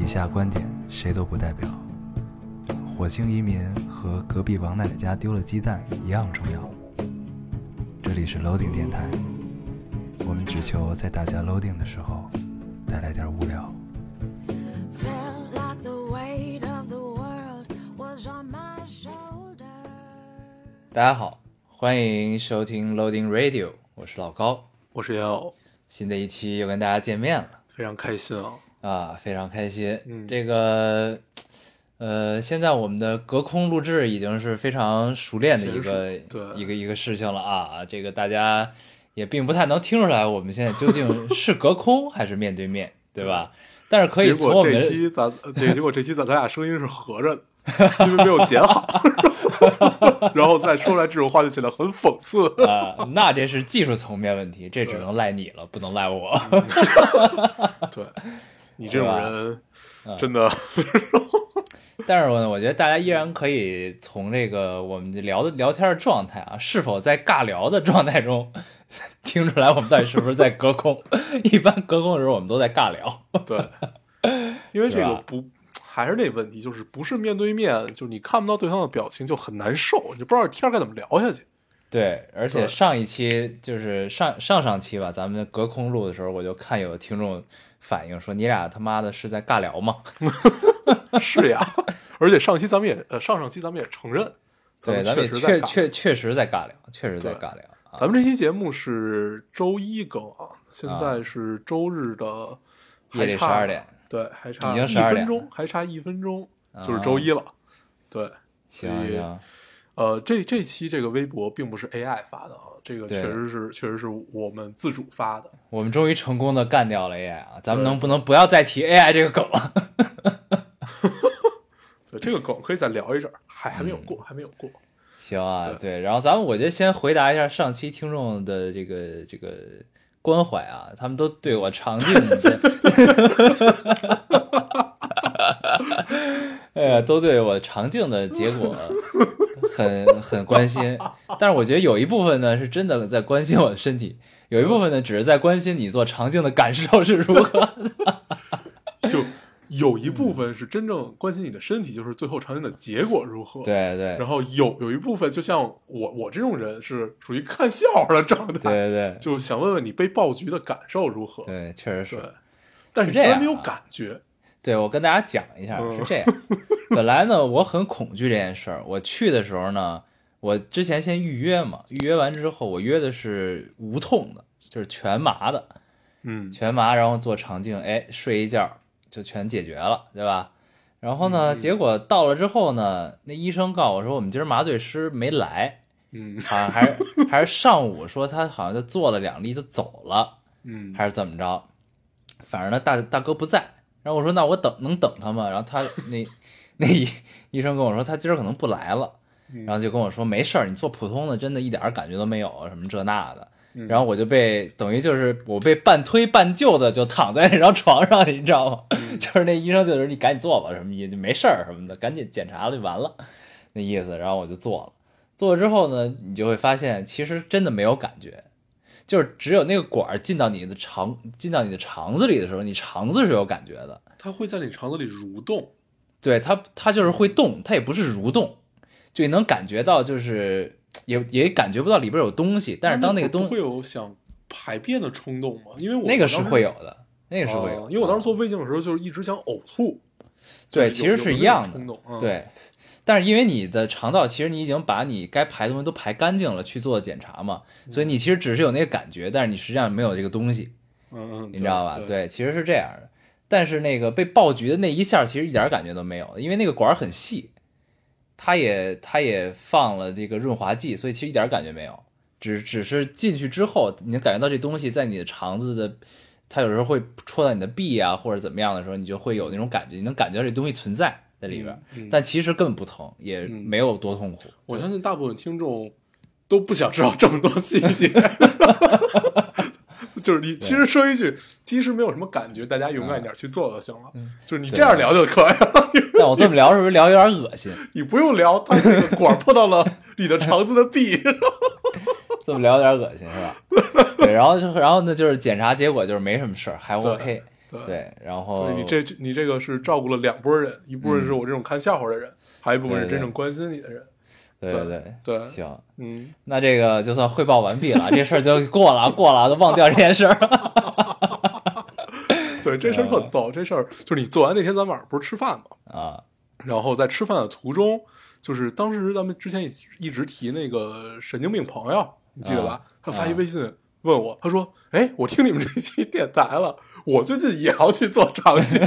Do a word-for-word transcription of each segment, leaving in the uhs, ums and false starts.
以下观点谁都不代表。火星移民和隔壁王奶奶家丢了鸡蛋一样重要。这里是 Loading 电台，我们只求在大家 Loading 的时候带来点无聊。大家好，欢迎收听 Loading Radio， 我是老高， 我是烟偶， 新的一期又跟大家见面了， 非常开心啊！ 啊，非常开心。 嗯， 这个，呃，现在我们的隔空录制已经是非常熟练的一个对一个一个事情了啊。这个大家也并不太能听出来我们现在究竟是隔空还是面对面，对吧？但是可以从我们结果这期咱这结果这期咱咱俩声音是合着的，因为没有剪好，然后再说出来这种话就显得很讽刺啊、呃。那这是技术层面问题，这只能赖你了，不能赖我。 对，你这种人真的。 但是我我觉得大家依然可以从这个我们聊的聊天的状态啊，是否在尬聊的状态中听出来我们到底是不是在隔空。一般隔空的时候我们都在尬聊。 对，因为这个不还是那问题，就是不是面对面，就是你看不到对方的表情就很难受，你就不知道天该怎么聊下去。 对，而且上一期就是上上上期吧，咱们隔空录的时候，我就看有听众反映说你俩他妈的是在尬聊吗？ 是呀，而且上期咱们也呃上上期咱们也承认， 对，咱们也确确确实在尬聊，确实在尬聊。 啊、咱们这期节目是周一更啊，现在是周日的夜里十二点， 对，还差已经一分钟，还差一分钟就是周一了。啊、对， 行行。 呃，这这期这个微博并不是 A I 发的啊，这个确实是确实是我们自主发的。 我们终于成功的干掉了 A I 啊！咱们能不能不要再提 A I 这个梗了？ 对，这个梗可以再聊一阵儿，还还没有过，嗯、还没有过。 行啊，对，对，然后咱们我觉得先回答一下上期听众的这个这个关怀啊，他们都对我肠镜的，哎呀，都对我肠镜的结果很很关心，但是我觉得有一部分呢是真的在关心我的身体，有一部分呢只是在关心你做肠镜的感受是如何的。 就有一部分是真正关心你的身体，就是最后肠镜的结果如何。 对对。 然后有有一部分，就像我我这种人是属于看笑话的状态。 对对。 就想问问你被爆菊的感受如何？ 对，确实是。 对，但是你居然没有感觉。 对，我跟大家讲一下，是这样。嗯、本来呢，我很恐惧这件事儿。我去的时候呢，我之前先预约嘛，预约完之后，我约的是无痛的，就是全麻的， 嗯， 全麻，然后做肠镜，哎，睡一觉就全解决了，对吧？然后呢，嗯、结果到了之后呢，那医生告诉我说，我们今儿麻醉师没来， 嗯， 好像还是还是上午说他好像就做了两例就走了， 嗯， 还是怎么着？反正呢，大大哥不在。然后我说那我等能等他吗？然后他那那医医生跟我说他今儿可能不来了，然后就跟我说没事儿，你做普通的真的一点感觉都没有，什么这那的。然后我就被等于就是我被半推半就的就躺在那张床上，你知道吗？就是那医生就是你赶紧做吧，什么意思？没事儿什么的，赶紧检查了就完了那意思。然后我就做了，做了之后呢，你就会发现其实真的没有感觉。就是只有那个管进到你的肠进到你的肠子里的时候，你肠子是有感觉的， 它会在你肠子里蠕动。 对，它它就是会动，它也不是蠕动，就你能感觉到，就是也也感觉不到里边有东西。但是当那个东西会有想排便的冲动吗？因为我那个是会有的，那个是会有的、 呃。因为我当时做胃镜的时候，就是一直想呕吐。 对，其实是一样的。 冲动，嗯、 对。但是因为你的肠道其实你已经把你该排的东西都排干净了，去做检查嘛，所以你其实只是有那个感觉，但是你实际上没有这个东西， 嗯嗯， 你知道吧？ 对， 对，其实是这样的。但是那个被爆菊的那一下，其实一点感觉都没有，因为那个管很细，它也它也放了这个润滑剂，所以其实一点感觉没有，只只是进去之后，你能感觉到这东西在你的肠子的，它有时候会戳到你的壁啊或者怎么样的时候，你就会有那种感觉，你能感觉到这东西存在。在里边、嗯嗯，但其实根本不疼，也没有多痛苦。 嗯、我相信大部分听众都不想知道这么多细节。就是你其实说一句，其实没有什么感觉，大家勇敢一点去做就行了。嗯、就是你这样聊就可以了。 但我这么聊是不是聊有点恶心？ 你不用聊，它那个管碰到了你的肠子的壁。 这么聊有点恶心是吧？对，然后然后呢，就是检查结果就是没什么事儿，还 OK。 对对对，然后所以你这你这个是照顾了两拨人，一部分是我这种看笑话的人，嗯、还有一部分是真正关心你的人。 对对对对， 行， 嗯， 那这个就算汇报完毕了，这事儿就过了，过了，都忘掉这件事儿。 对，这事儿特逗，这事儿就是你做完那天，咱晚上不是吃饭吗？ 啊， 然后在吃饭的途中，就是当时咱们之前一直提那个神经病朋友，你记得吧？啊、他发一微信问我，他说：“哎，我听你们这期电台了，我最近也要去做肠镜。”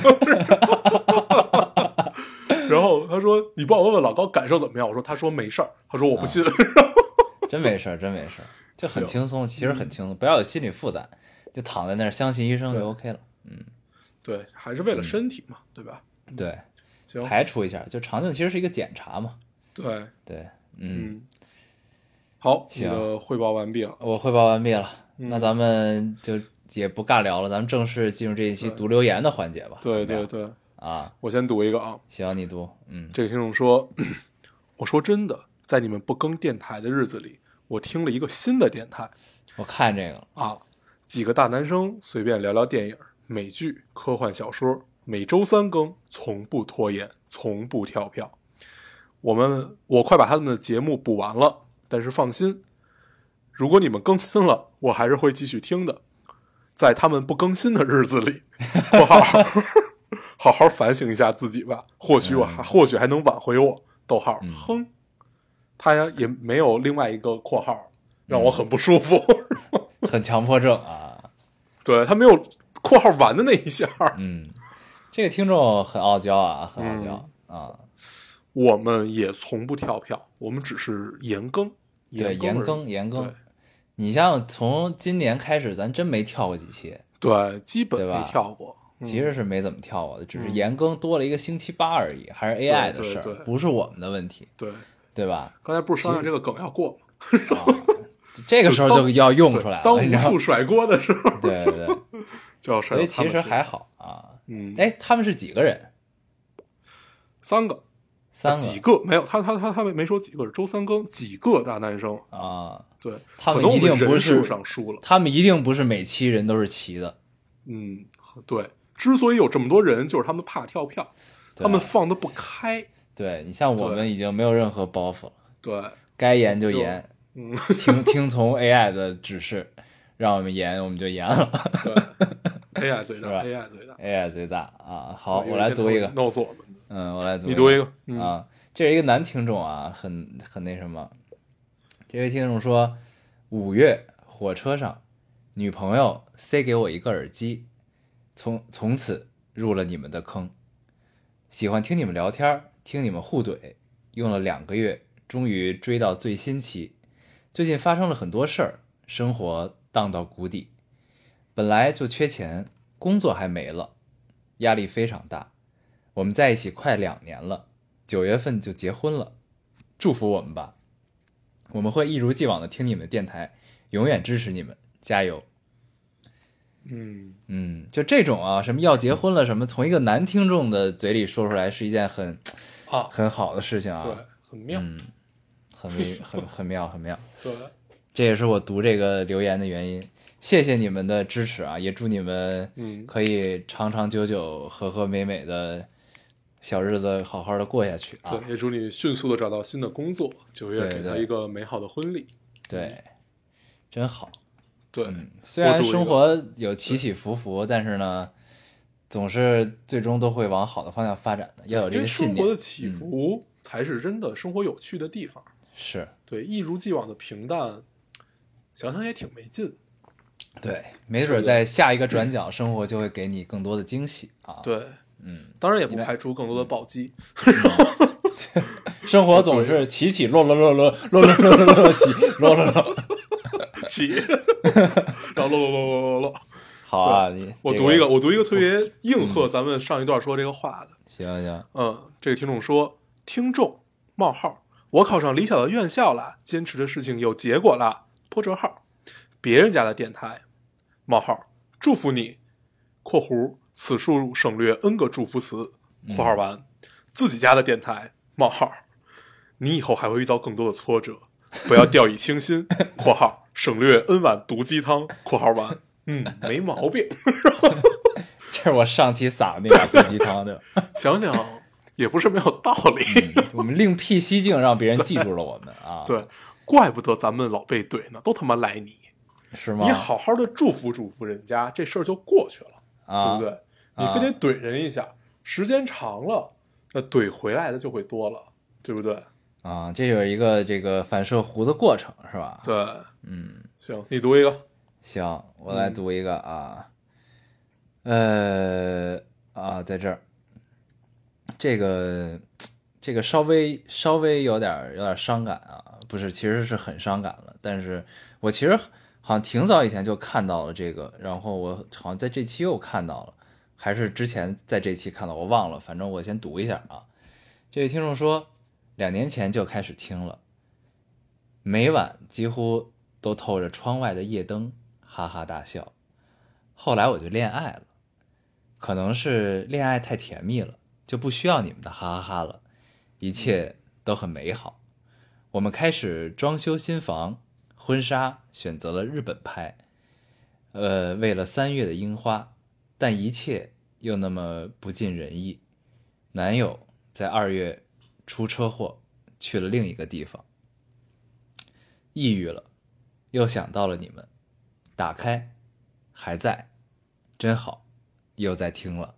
然后他说：“你帮我问问老高感受怎么样？”我说：“他说没事儿。”他说：“我不信。啊” 真没事儿，真没事儿，就很轻松，其实很轻松，不要有心理负担，就躺在那儿相信医生就 OK 了。嗯， 对，还是为了身体嘛，嗯、对吧？ 对， 行， 排除一下，就肠镜其实是一个检查嘛。 对对，嗯， 嗯好，你的汇报完毕了， 我汇报完毕了， 嗯、 那咱们就也不尬聊了，咱们正式进入这一期读留言的环节吧。 对对对。 啊， 我先读一个啊， 行，你读。嗯， 这个听众说，我说真的，在你们不更电台的日子里，我听了一个新的电台。 我看这个了啊，几个大男生随便聊聊电影、美剧、科幻小说，每周三更，从不拖延，从不跳票。我们我快把他们的节目补完了，但是放心，如果你们更新了，我还是会继续听的。在他们不更新的日子里，括号好好反省一下自己吧，或许我还、嗯、或许还能挽回我。逗号，哼，他也没有另外一个括号，让我很不舒服， 嗯、很强迫症啊。 对，他没有括号完的那一下。 嗯，这个听众很傲娇啊，很傲娇、嗯、啊。 我们也从不跳票，我们只是延更， 对，延更延更。 对， 你像从今年开始，咱真没跳过几期， 对，基本没跳过。 其实是没怎么跳过的，嗯、只是延更多了一个星期八而已，还是 A I 的事儿，不是我们的问题， 对对吧？ 刚才不是商量这个梗要过吗？ 啊、这个时候就要用出来了， 当无数甩锅的时候， 对对对， 就要甩。 所以其实还好啊。 嗯， 哎，他们是几个人？ 三个， 三个， 几个没有？他他他他没说几个，是周三更，几个大男生啊？ 对， 他们一定不是上输了， 他们一定不是每期人都是齐的。 嗯，对。之所以有这么多人，就是他们怕跳票，他们放得不开。 对，你像我们已经没有任何包袱了， 对， 该严就严， 嗯， 听听从 A I 的指示，让我们严我们就严了。 对 ，A I 最大 ，A I 最大 ，A I 最大啊！好，我来读一个， 弄死我们。 嗯，我来读一个， 你读一个、 嗯、啊。这是一个男听众啊，很很那什么。这位听众说，五月火车上，女朋友塞给我一个耳机。从从此入了你们的坑，喜欢听你们聊天，听你们互怼，用了两个月，终于追到最新期。最近发生了很多事儿，生活荡到谷底，本来就缺钱，工作还没了，压力非常大。我们在一起快两年了，九月份就结婚了，祝福我们吧。我们会一如既往的听你们的电台，永远支持你们，加油。 嗯嗯，就这种啊，什么要结婚了什么，从一个男听众的嘴里说出来是一件很啊很好的事情啊， 对，很妙， 嗯，很很很妙，很妙。 对， 这也是我读这个留言的原因。谢谢你们的支持啊，也祝你们可以长长久久、和和美美的小日子好好的过下去啊。 对，也祝你迅速的找到新的工作，九月给他一个美好的婚礼。 对，对真好。 对、 嗯，虽然生活有起起伏伏，但是呢，总是最终都会往好的方向发展的，要有这个信念。 生活的起伏才是真的生活有趣的地方。 嗯、是对，一如既往的平淡，想想也挺没劲。 对，没准在下一个转角，生活就会给你更多的惊喜啊。 对， 嗯， 当然也不排除更多的暴击。 嗯、生活总是起起落落落落落落落落落起落落落。 起，然后落落落落落落。 好啊，你我读一个，我读一个特别应和咱们上一段说这个话的。 行行， 嗯，这个听众说，听众冒号，我考上理想的院校了，坚持的事情有结果了。破折号，别人家的电台，冒号，祝福你。括弧，此处省略 n 个祝福词。括号完，自己家的电台，冒号，你以后还会遇到更多的挫折。不要掉以轻心。括号省略 n 碗毒鸡汤。括号完，嗯，没毛病。 这是我上期撒的那碗毒鸡汤，对吧？ 想想也不是没有道理。 嗯、我们另辟蹊径，让别人记住了我们啊。 对，怪不得咱们老被怼呢，都他妈赖你， 是吗？ 你好好的祝福祝福人家，这事儿就过去了， 啊、 对不对？你非得怼人一下，啊、时间长了，那怼回来的就会多了，对不对？ 啊，这有一个这个反射弧的过程，是吧？ 对， 嗯， 行，你读一个。 行，我来读一个啊，嗯、呃啊，在这儿，这个这个稍微稍微有点有点伤感啊，不是，其实是很伤感了。但是我其实好像挺早以前就看到了这个，然后我好像在这期又看到了，还是之前在这期看到，我忘了，反正我先读一下啊。这位听众说，两年前就开始听了，每晚几乎都透着窗外的夜灯，哈哈大笑。后来我就恋爱了，可能是恋爱太甜蜜了，就不需要你们的哈哈哈了，一切都很美好。我们开始装修新房，婚纱选择了日本拍，呃，为了三月的樱花，但一切又那么不尽人意。男友在二月出车祸，去了另一个地方，抑郁了，又想到了你们，打开，还在，真好，又在听了。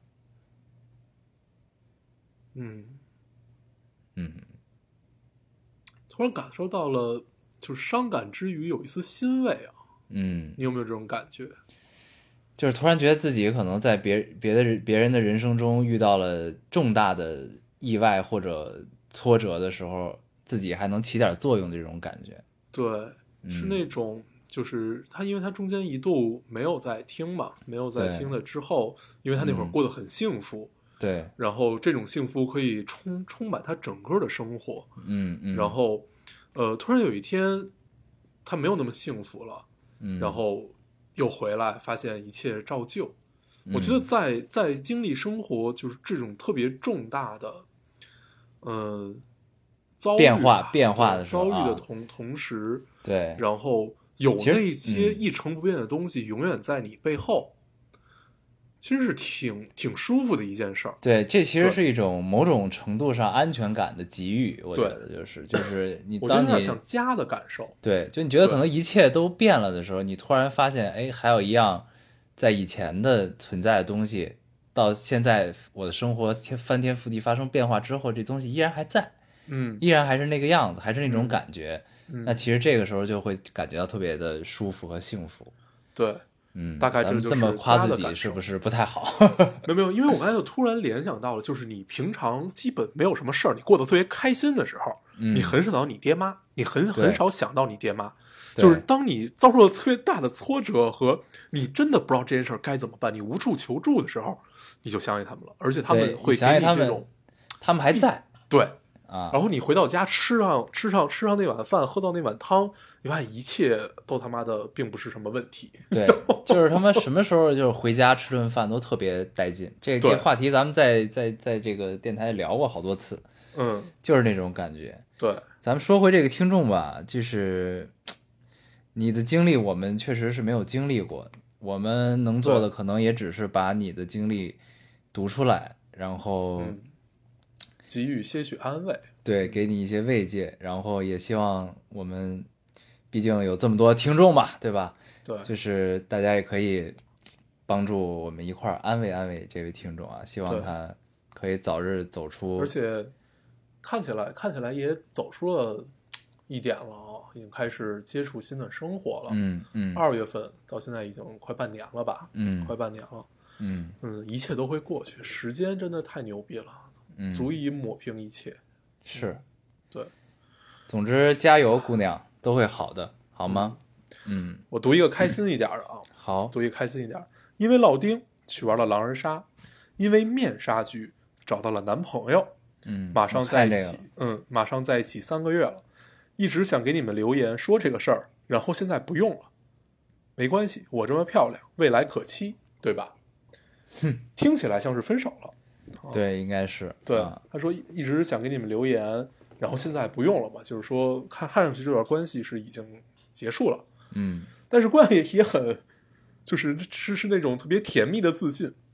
嗯嗯， 突然感受到了，就是伤感之余有一丝欣慰啊。 嗯， 你有没有这种感觉？ 就是突然觉得自己可能在别别的别人的人生中遇到了重大的意外或者挫折的时候，自己还能起点作用的这种感觉。 对，是那种。就是他，因为他中间一度没有在听嘛，没有在听了之后，因为他那会儿过得很幸福， 嗯、对， 然后这种幸福可以充充满他整个的生活， 嗯嗯， 然后，呃，突然有一天，他没有那么幸福了， 嗯， 然后又回来，发现一切照旧。 嗯、 我觉得在在经历生活就是这种特别重大的，嗯、呃，遭遇变化变化的时候，遭遇的同、 啊、 同时， 对， 然后。有那些嗯、 一成不变的东西永远在你背后，其实是挺挺舒服的一件事儿。 对，这其实是一种某种程度上安全感的给予，我觉得就是就是你当你像家的感受， 对，就你觉得可能一切都变了的时候，你突然发现，哎，还有一样在以前的存在的东西，到现在我的生活翻天覆地发生变化之后，这东西依然还在， 嗯， 依然还是那个样子，还是那种感觉。 嗯那其实这个时候就会感觉到特别的舒服和幸福。 对， 嗯， 大概这就是这么夸自己是不是不太好？ 没有没有，因为我刚才就突然联想到了，就是你平常基本没有什么事儿，你过得特别开心的时候， 嗯、 你很少想到你爹妈，你很很少想到你爹妈。就是当你遭受了特别大的挫折和你真的不知道这件事该怎么办，你无处求助的时候，你就想起他们了，而且他们会给你这种， 他们还在， 对。 啊， 然后你回到家吃上吃上吃上那碗饭，喝到那碗汤，你发现一切都他妈的并不是什么问题。 对，就是他妈什么时候就是回家吃顿饭都特别带劲。这这话题咱们在在在这个电台聊过好多次， 嗯， 就是那种感觉。 对， 咱们说回这个听众吧，就是你的经历我们确实是没有经历过，我们能做的可能也只是把你的经历读出来，然后。 嗯，给予些许安慰， 对，给你一些慰藉，然后也希望我们，毕竟有这么多听众嘛，对吧？ 对， 就是大家也可以帮助我们一块儿安慰安慰这位听众啊，希望他可以早日走出。 而且看起来看起来也走出了一点了啊，已经开始接触新的生活了。 嗯嗯， 二月份到现在已经快半年了吧？ 嗯， 快半年了。 嗯嗯，一切都会过去，时间真的太牛逼了。 嗯， 足以抹平一切。 是， 对。 总之，加油，姑娘，都会好的，好吗？嗯， 我读一个开心一点的啊。 嗯、好， 读一个开心一点。因为老丁去玩了狼人杀，因为面纱剧找到了男朋友， 嗯， 马上在一起， 这嗯，马上在一起三个月了。一直想给你们留言说这个事儿，然后现在不用了，没关系，我这么漂亮，未来可期，对吧？ 哼， 听起来像是分手了。 对，应该是对、 啊。 他说一直想给你们留言，然后现在不用了嘛，就是说看看上去这段关系是已经结束了。 嗯， 但是关系也很，就是是是那种特别甜蜜的自信。他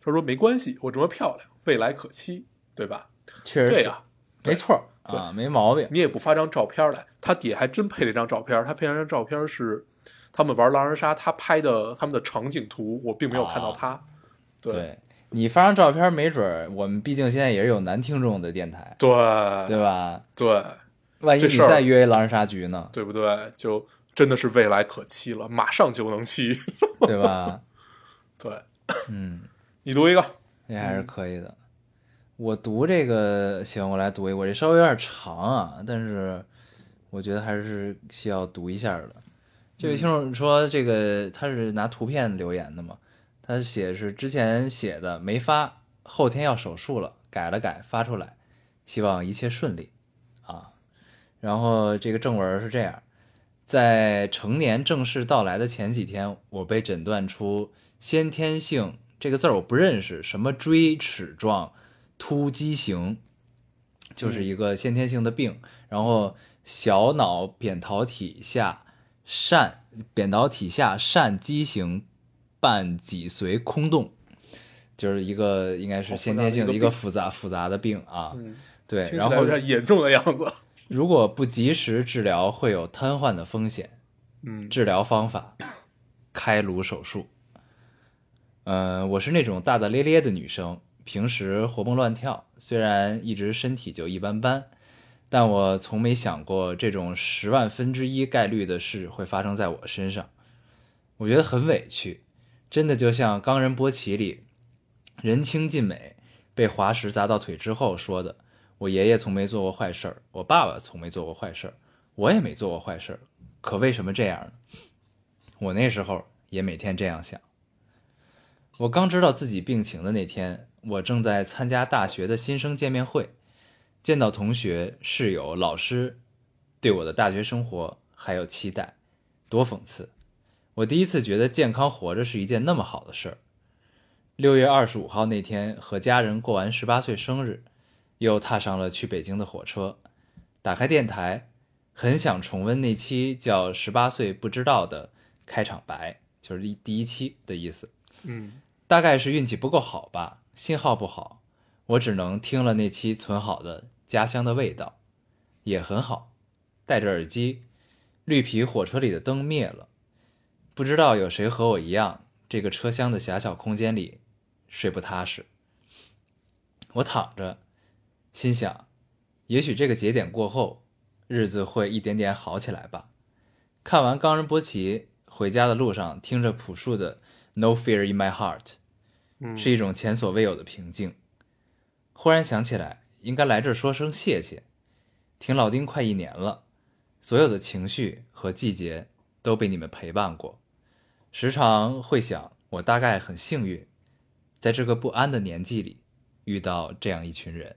他说没关系，我这么漂亮，未来可期，对吧？ 确实对呀、啊， 没错啊，没毛病。 你也不发张照片来，他底下还真配了一张照片，他配了张照片是他们玩狼人杀他拍的他们的场景图，我并没有看到他。啊、对, 对你发张照片，没准我们毕竟现在也是有男听众的电台， 对对吧？ 对， 万一你再约狼人杀局呢？ 对不对？就真的是未来可期了，马上就能期， 对吧？ 对， 嗯， 你读一个， 这还是可以的。嗯、我读这个，行，我来读一个，我这稍微有点长啊，但是我觉得还是需要读一下的。这位听众说，这个他是拿图片留言的嘛？他写是之前写的没发，后天要手术了，改了改发出来，希望一切顺利啊。然后这个正文是这样，在成年正式到来的前几天，我被诊断出先天性，这个字我不认识，什么锥齿状突畸形，就是一个先天性的病。嗯、然后小脑扁桃体下疝扁桃体下疝畸形半脊髓空洞，就是一个应该是先天性的一个复杂复杂的病啊。嗯、对， 听起来有点严重的样子。 如果不及时治疗，会有瘫痪的风险。 嗯， 治疗方法：开颅手术。嗯、呃，我是那种大大咧咧的女生，平时活蹦乱跳，虽然一直身体就一般般，但我从没想过这种十万分之一概率的事会发生在我身上。我觉得很委屈，真的就像《冈仁波齐》里仁清尽美被滑石砸到腿之后说的，我爷爷从没做过坏事儿，我爸爸从没做过坏事儿，我也没做过坏事儿，可为什么这样呢？我那时候也每天这样想。我刚知道自己病情的那天，我正在参加大学的新生见面会，见到同学、室友、老师对我的大学生活还有期待，多讽刺。我第一次觉得健康活着是一件那么好的事儿。六月二十五号那天，和家人过完十八岁生日，又踏上了去北京的火车。打开电台，很想重温那期叫十八岁不知道的开场白，就是第一期的意思。 嗯， 大概是运气不够好吧，信号不好，我只能听了那期存好的家乡的味道，也很好。戴着耳机，绿皮火车里的灯灭了，不知道有谁和我一样，这个车厢的狭小空间里睡不踏实。我躺着，心想，也许这个节点过后，日子会一点点好起来吧。看完冈仁波齐，回家的路上听着朴树的 No Fear in My Heart， 是一种前所未有的平静。忽然想起来，应该来这儿说声谢谢。听老丁快一年了，所有的情绪和季节都被你们陪伴过。时常会想，我大概很幸运，在这个不安的年纪里遇到这样一群人。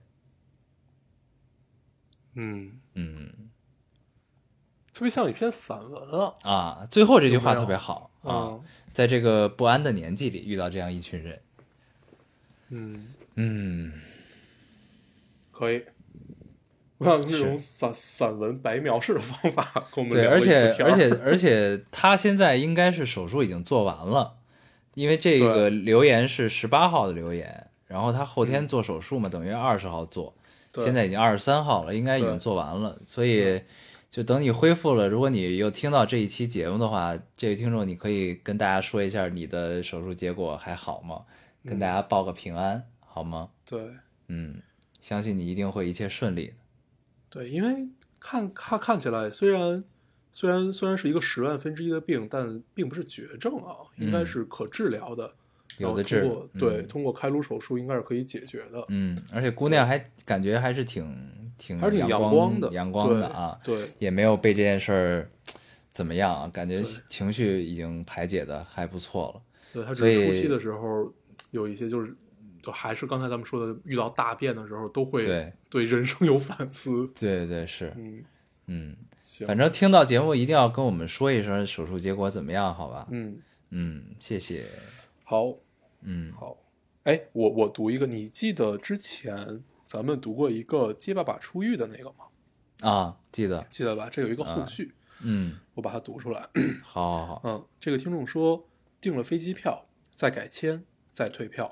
嗯嗯， 特别像一篇散文啊！ 啊，最后这句话特别好啊、 嗯， 在这个不安的年纪里遇到这样一群人。 嗯嗯， 可以。我想用这种散散文白描式的方法跟我们对， 聊而且一次天而且而且他现在应该是手术已经做完了，因为这个留言是十八号的留言，然后他后天做手术嘛，嗯、等于二十号做，现在已经二十三号了，应该已经做完了，所以就等你恢复了，如果你又听到这一期节目的话，这位听众你可以跟大家说一下你的手术结果还好吗？跟大家报个平安、嗯、好吗？ 对， 嗯，相信你一定会一切顺利的。 对，因为看看看起来，虽然虽然虽然是一个十万分之一的病，但并不是绝症啊，应该是可治疗的。 嗯、有的治， 嗯、对，通过开颅手术应该是可以解决的。 嗯，而且姑娘还感觉还是挺挺还是挺阳光的， 阳光的啊， 对， 也没有被这件事儿怎么样啊，感觉情绪已经排解的还不错了。 对，他只是初期的时候有一些就是。就还是刚才咱们说的，遇到大变的时候都会对对人生有反思。 对对是， 嗯嗯， 行， 反正听到节目一定要跟我们说一声手术结果怎么样，好吧？ 嗯嗯，谢谢。 好， 嗯好，哎，我我读一个，你记得之前咱们读过一个接爸爸出狱的那个吗？ 啊，记得记得吧？这有一个后续， 啊、嗯， 我把它读出来。 好好好， 嗯，这个听众说订了飞机票，再改签，再退票。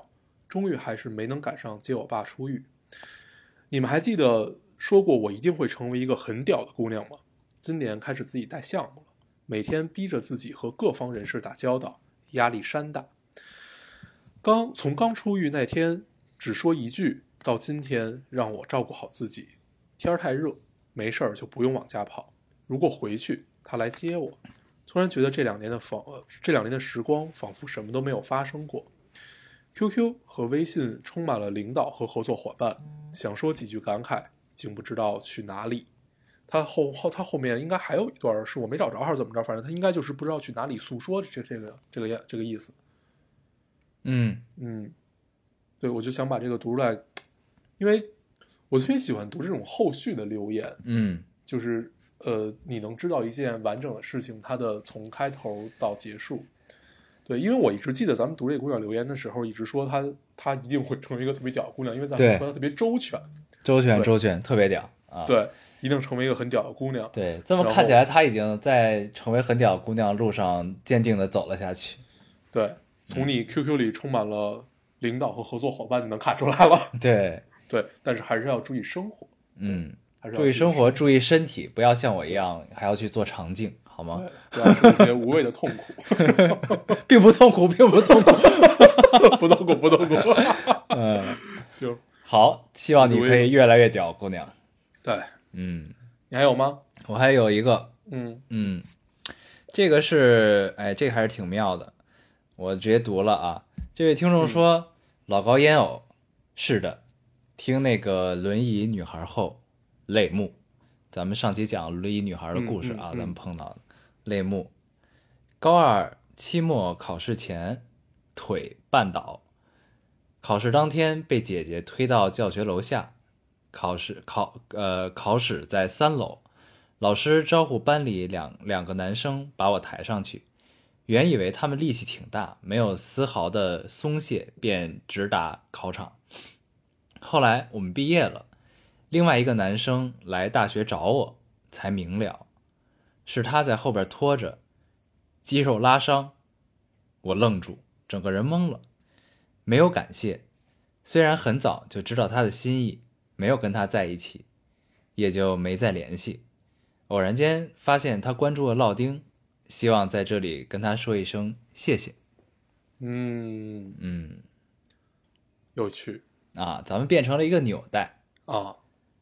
终于还是没能赶上接我爸出狱。你们还记得说过我一定会成为一个很屌的姑娘吗？今年开始自己带项目了，每天逼着自己和各方人士打交道，压力山大。刚从刚出狱那天只说一句，到今天让我照顾好自己，天太热，没事儿就不用往家跑，如果回去他来接我。突然觉得这两年的仿、呃、这两年的时光仿佛什么都没有发生过。Q Q 和微信充满了领导和合作伙伴，想说几句感慨，竟不知道去哪里。他后后他后面应该还有一段是我没找着还是怎么着，反正他应该就是不知道去哪里诉说这这个这个这个意思。 嗯嗯，对，我就想把这个读出来，因为我特别喜欢读这种后续的留言。 嗯， 就是呃，你能知道一件完整的事情，它的从开头到结束。对，因为我一直记得咱们读这个姑娘留言的时候，一直说她她一定会成为一个特别屌的姑娘，因为咱们说她特别周全， 周全周全，特别屌啊！ 对，一定成为一个很屌的姑娘。 对，这么看起来，她已经在成为很屌的姑娘路上坚定的走了下去。 对，从你 Q Q 里充满了领导和合作伙伴就能看出来了。 对对，但是还是要注意生活。 嗯， 还是要注意生活，注意身体，不要像我一样还要去做肠镜，好吗？ 对，不要受一些无谓的痛苦。 并不痛苦，并不痛苦， 不痛苦，不痛苦。 嗯， 行， 好，希望你可以越来越屌，姑娘。 对， 嗯， 你还有吗？ 我还有一个， 嗯嗯，这个是，哎，这个还是挺妙的，我直接读了啊。这位听众说，嗯、老高烟偶，是的，听那个轮椅女孩后泪目。咱们上期讲轮椅女孩的故事啊， 嗯嗯嗯、 咱们碰到的泪目。高二期末考试前，腿绊倒，考试当天被姐姐推到教学楼下，考试考呃考试在三楼，老师招呼班里两两个男生把我抬上去，原以为他们力气挺大，没有丝毫的松懈，便直达考场。后来我们毕业了，另外一个男生来大学找我，才明了，是他在后边拖着，肌肉拉伤。我愣住，整个人懵了，没有感谢，虽然很早就知道他的心意，没有跟他在一起，也就没再联系。偶然间发现他关注了烙丁，希望在这里跟他说一声谢谢。 嗯嗯， 有趣啊，咱们变成了一个纽带啊。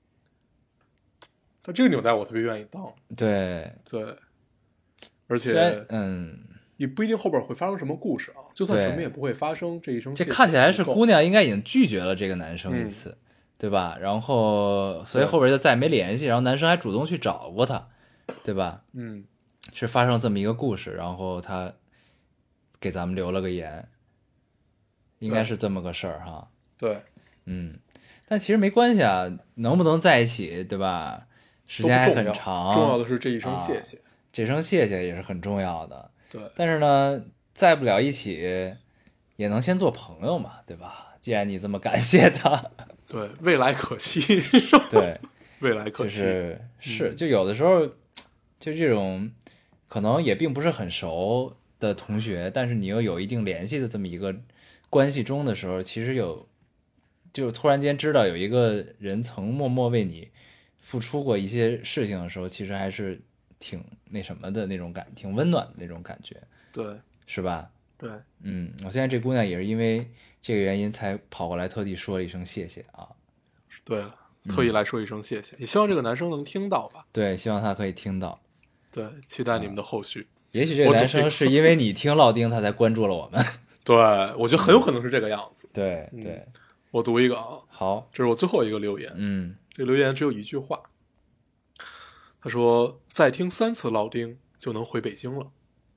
但这个纽带我特别愿意当。 对对，而且嗯， 也不一定后边会发生什么故事啊，就算什么也不会发生，这一声谢谢这看起来是姑娘应该已经拒绝了这个男生一次。嗯，对吧？然后，所以后边就再也没联系，然后男生还主动去找过他，对吧？ 嗯， 是发生这么一个故事，然后他给咱们留了个言，应该是这么个事儿哈。 对， 嗯，但其实没关系啊，能不能在一起，对吧？时间还很长， 重要的是这一声谢谢，啊， 这声谢谢也是很重要的。 对， 但是呢，在不了一起，也能先做朋友嘛，对吧？既然你这么感谢他。 对，未来可期。 对， 未来可期。 就是是，就有的时候，就这种可能也并不是很熟的同学，但是你又有一定联系的这么一个关系中的时候，其实有，就突然间知道有一个人曾默默为你付出过一些事情的时候，其实还是挺那什么的那种感，挺温暖的那种感觉。 对， 是吧？ 对， 嗯，我现在这姑娘也是因为这个原因才跑过来特地说了一声谢谢啊。 对了，特意来说一声谢谢，嗯，也希望这个男生能听到吧。 对，希望他可以听到。 对，期待你们的后续。 啊，也许这个男生是因为你听烙丁，他才关注了我们。 对，我觉得很有可能是这个样子。 对对， 嗯，我读一个啊。 好， 这是我最后一个留言。 嗯， 这个留言只有一句话，他说：“再听三次烙丁就能回北京了。”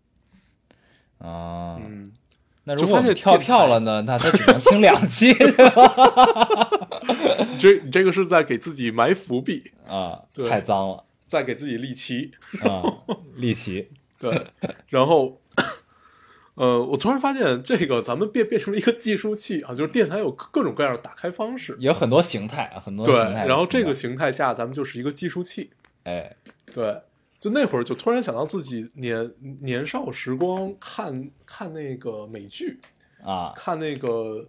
啊， 嗯， 那如果我们跳票了呢？那他只能听两期。 这你这个是在给自己埋伏笔啊，太脏了， 在给自己立旗啊，立旗。 对，然后，呃，我突然发现这个咱们变变成了一个计数器啊，就是电台有各种各样的打开方式， 有很多形态啊，很多形态。 对，然后这个形态下，咱们就是一个计数器。 哎， 对。就那会儿就突然想到自己年年少时光看看那个美剧啊， 看那个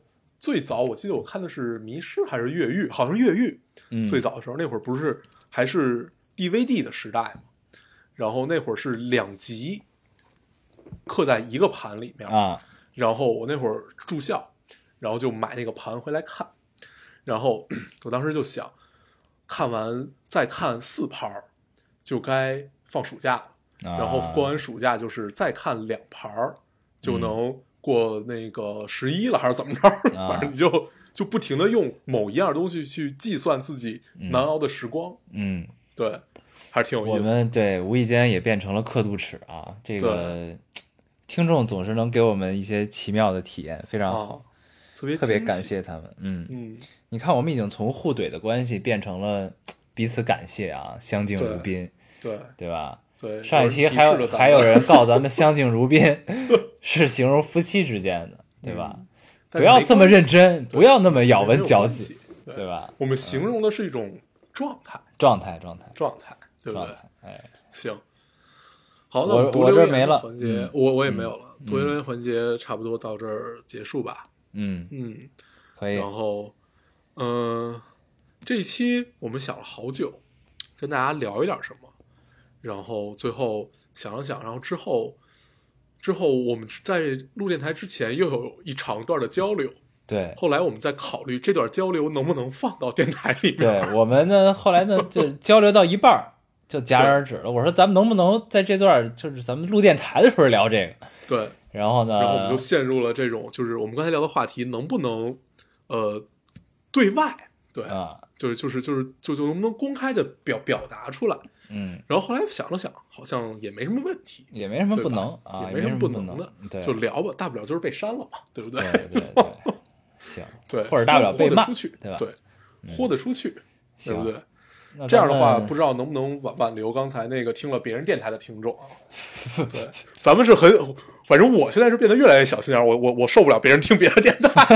最早我记得我看的是《迷失》还是《越狱》，好像是《越狱》。 嗯， 最早的时候那会儿不是还是 D V D 的时代嘛，然后那会儿是两集刻在一个盘里面啊。 然后我那会儿住校，然后就买那个盘回来看，然后我当时就想，看完再看四盘就该放暑假了。然后过完暑假就是再看两盘就能过那个十一了，还是怎么着？ 啊、 反正你就就不停的用某一样东西去计算自己难熬的时光。 嗯， 对，还是挺有意思的。 我们对无意间也变成了刻度尺啊，这个听众总是能给我们一些奇妙的体验，非常好， 啊、特别特别感谢他们。嗯嗯， 你看，我们已经从互怼的关系变成了彼此感谢啊，相敬如宾， 对对吧？ 对， 上一期还有还有人告咱们相敬如宾是形容夫妻之间的，对吧？ 嗯、 不要这么认真，不要那么咬文嚼字， 对, 对吧？ 我们形容的是一种状态， 嗯、状态，状态， 状态，对不对？ 哎， 行，好，那我们我这没了环节， 嗯、 我我也没有了， 嗯、 读留言环节差不多到这儿结束吧。 嗯嗯， 可以。 然后，嗯、呃，这一期我们想了好久，跟大家聊一点什么。然后最后想了想，然后之后之后我们在录电台之前又有一长段的交流， 对。 后来我们在考虑这段交流能不能放到电台里面。 对，我们呢后来呢就交流到一半就戛然而止了。我说咱们能不能在这段就是咱们录电台的时候聊这个？ 对。 然后呢？ 然后我们就陷入了这种，就是我们刚才聊的话题能不能呃对外对啊， 就是就是就是就就能不能公开的表表达出来。 嗯， 然后后来想了想，好像也没什么问题， 也没什么不能啊， 也没什么不能的， 对， 就聊吧，大不了就是被删了嘛，对不对？ 对对对，行， 对， 或者大不了被骂， 出去， 对吧？ 对，豁得出去，对不对？ 那这样的话，不知道能不能挽挽留刚才那个听了别人电台的听众啊？对，咱们是很，反正我现在是变得越来越小心眼，我我我受不了别人听别的电台。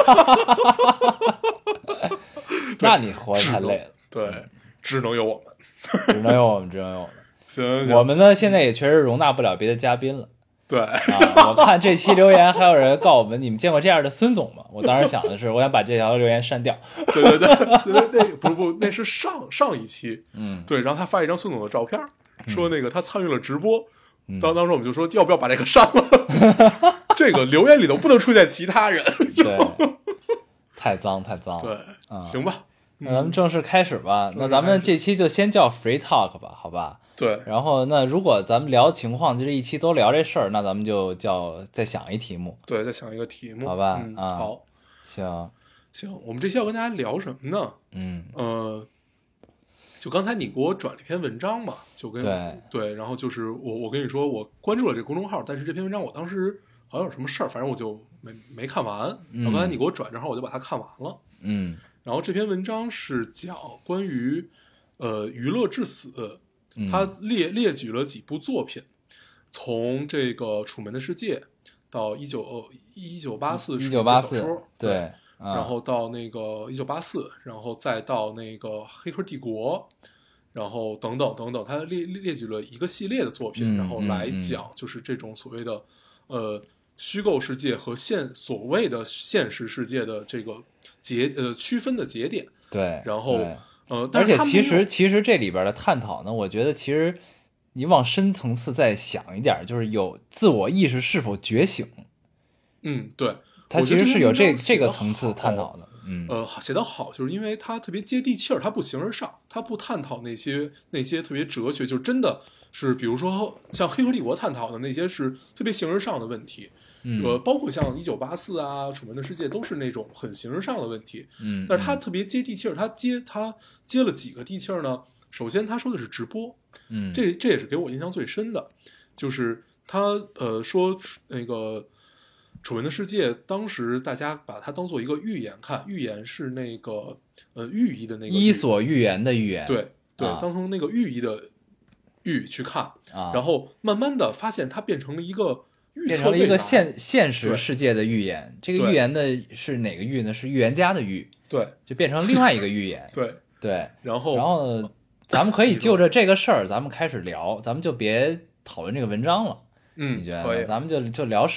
那你活得太累了， 对，只能有我们。 只能有我们，只能有我们。 行行， 我们呢现在也确实容纳不了别的嘉宾了。 对啊，我看这期留言还有人告我们，你们见过这样的孙总吗？我当时想的是，我想把这条留言删掉。 对对对，那不不，那是上上一期， 嗯， 对，然后他发一张孙总的照片，说那个他参与了直播， 嗯、 当当时我们就说要不要把这个删了？这个留言里头不能出现其他人， 对，太脏太脏了。 对， 啊、 行吧。 那咱们正式开始吧。 嗯、 那咱们这期就先叫 Free Talk 吧，好吧？ 对。 然后那如果咱们聊情况，就这一期都聊这事儿，那咱们就叫再想一题目。 对，再想一个题目， 好吧？ 嗯、 啊， 好， 行行。我们这期要跟大家聊什么呢？ 嗯呃，就刚才你给我转了一篇文章嘛，就跟对对，然后就是我我跟你说，我关注了这个公众号，但是这篇文章我当时好像有什么事儿，反正我就没没看完。然后刚才你给我转，正好我就把它看完了。 嗯。 然后这篇文章是讲关于呃娱乐至死，他列列举了几部作品，从这个《楚门的世界》到一九一九八四一九八四小说， 对， 啊、然后到那个一九八四，然后再到那个《黑客帝国》，然后等等等等，他列列举了一个系列的作品， 嗯、 然后来讲就是这种所谓的、嗯、呃虚构世界和现所谓的现实世界的这个节呃区分的节点。 对， 然后呃， 而且其实其实这里边的探讨呢，我觉得其实你往深层次再想一点，就是有自我意识是否觉醒。 嗯，对， 它其实是有这这个层次探讨的。嗯， 呃，写得好，就是因为它特别接地气儿，它不形而上，它不探讨那些那些特别哲学，就真的是比如说像《黑客帝国》探讨的那些是特别形而上的问题。 嗯， 呃，包括像一九八四啊，《楚门的世界》都是那种很形而上的问题。 嗯， 但是他特别接地气儿，他接他接了几个地气儿呢？首先他说的是直播， 嗯， 这这也是给我印象最深的，就是他呃说那个《楚门的世界》，当时大家把它当做一个寓言看，寓言是那个呃寓意的那个伊索寓言的寓言， 对对， 啊、 当成那个寓意的寓去看， 啊， 然后慢慢的发现它变成了一个。 变成了一个现现实世界的预言，这个预言的是哪个预呢？是预言家的预， 对， 就变成另外一个预言， 对对。 然后， 然后咱们可以就着这个事儿，咱们开始聊，咱们就别讨论这个文章了。 嗯， 你觉得？咱们就就聊事儿，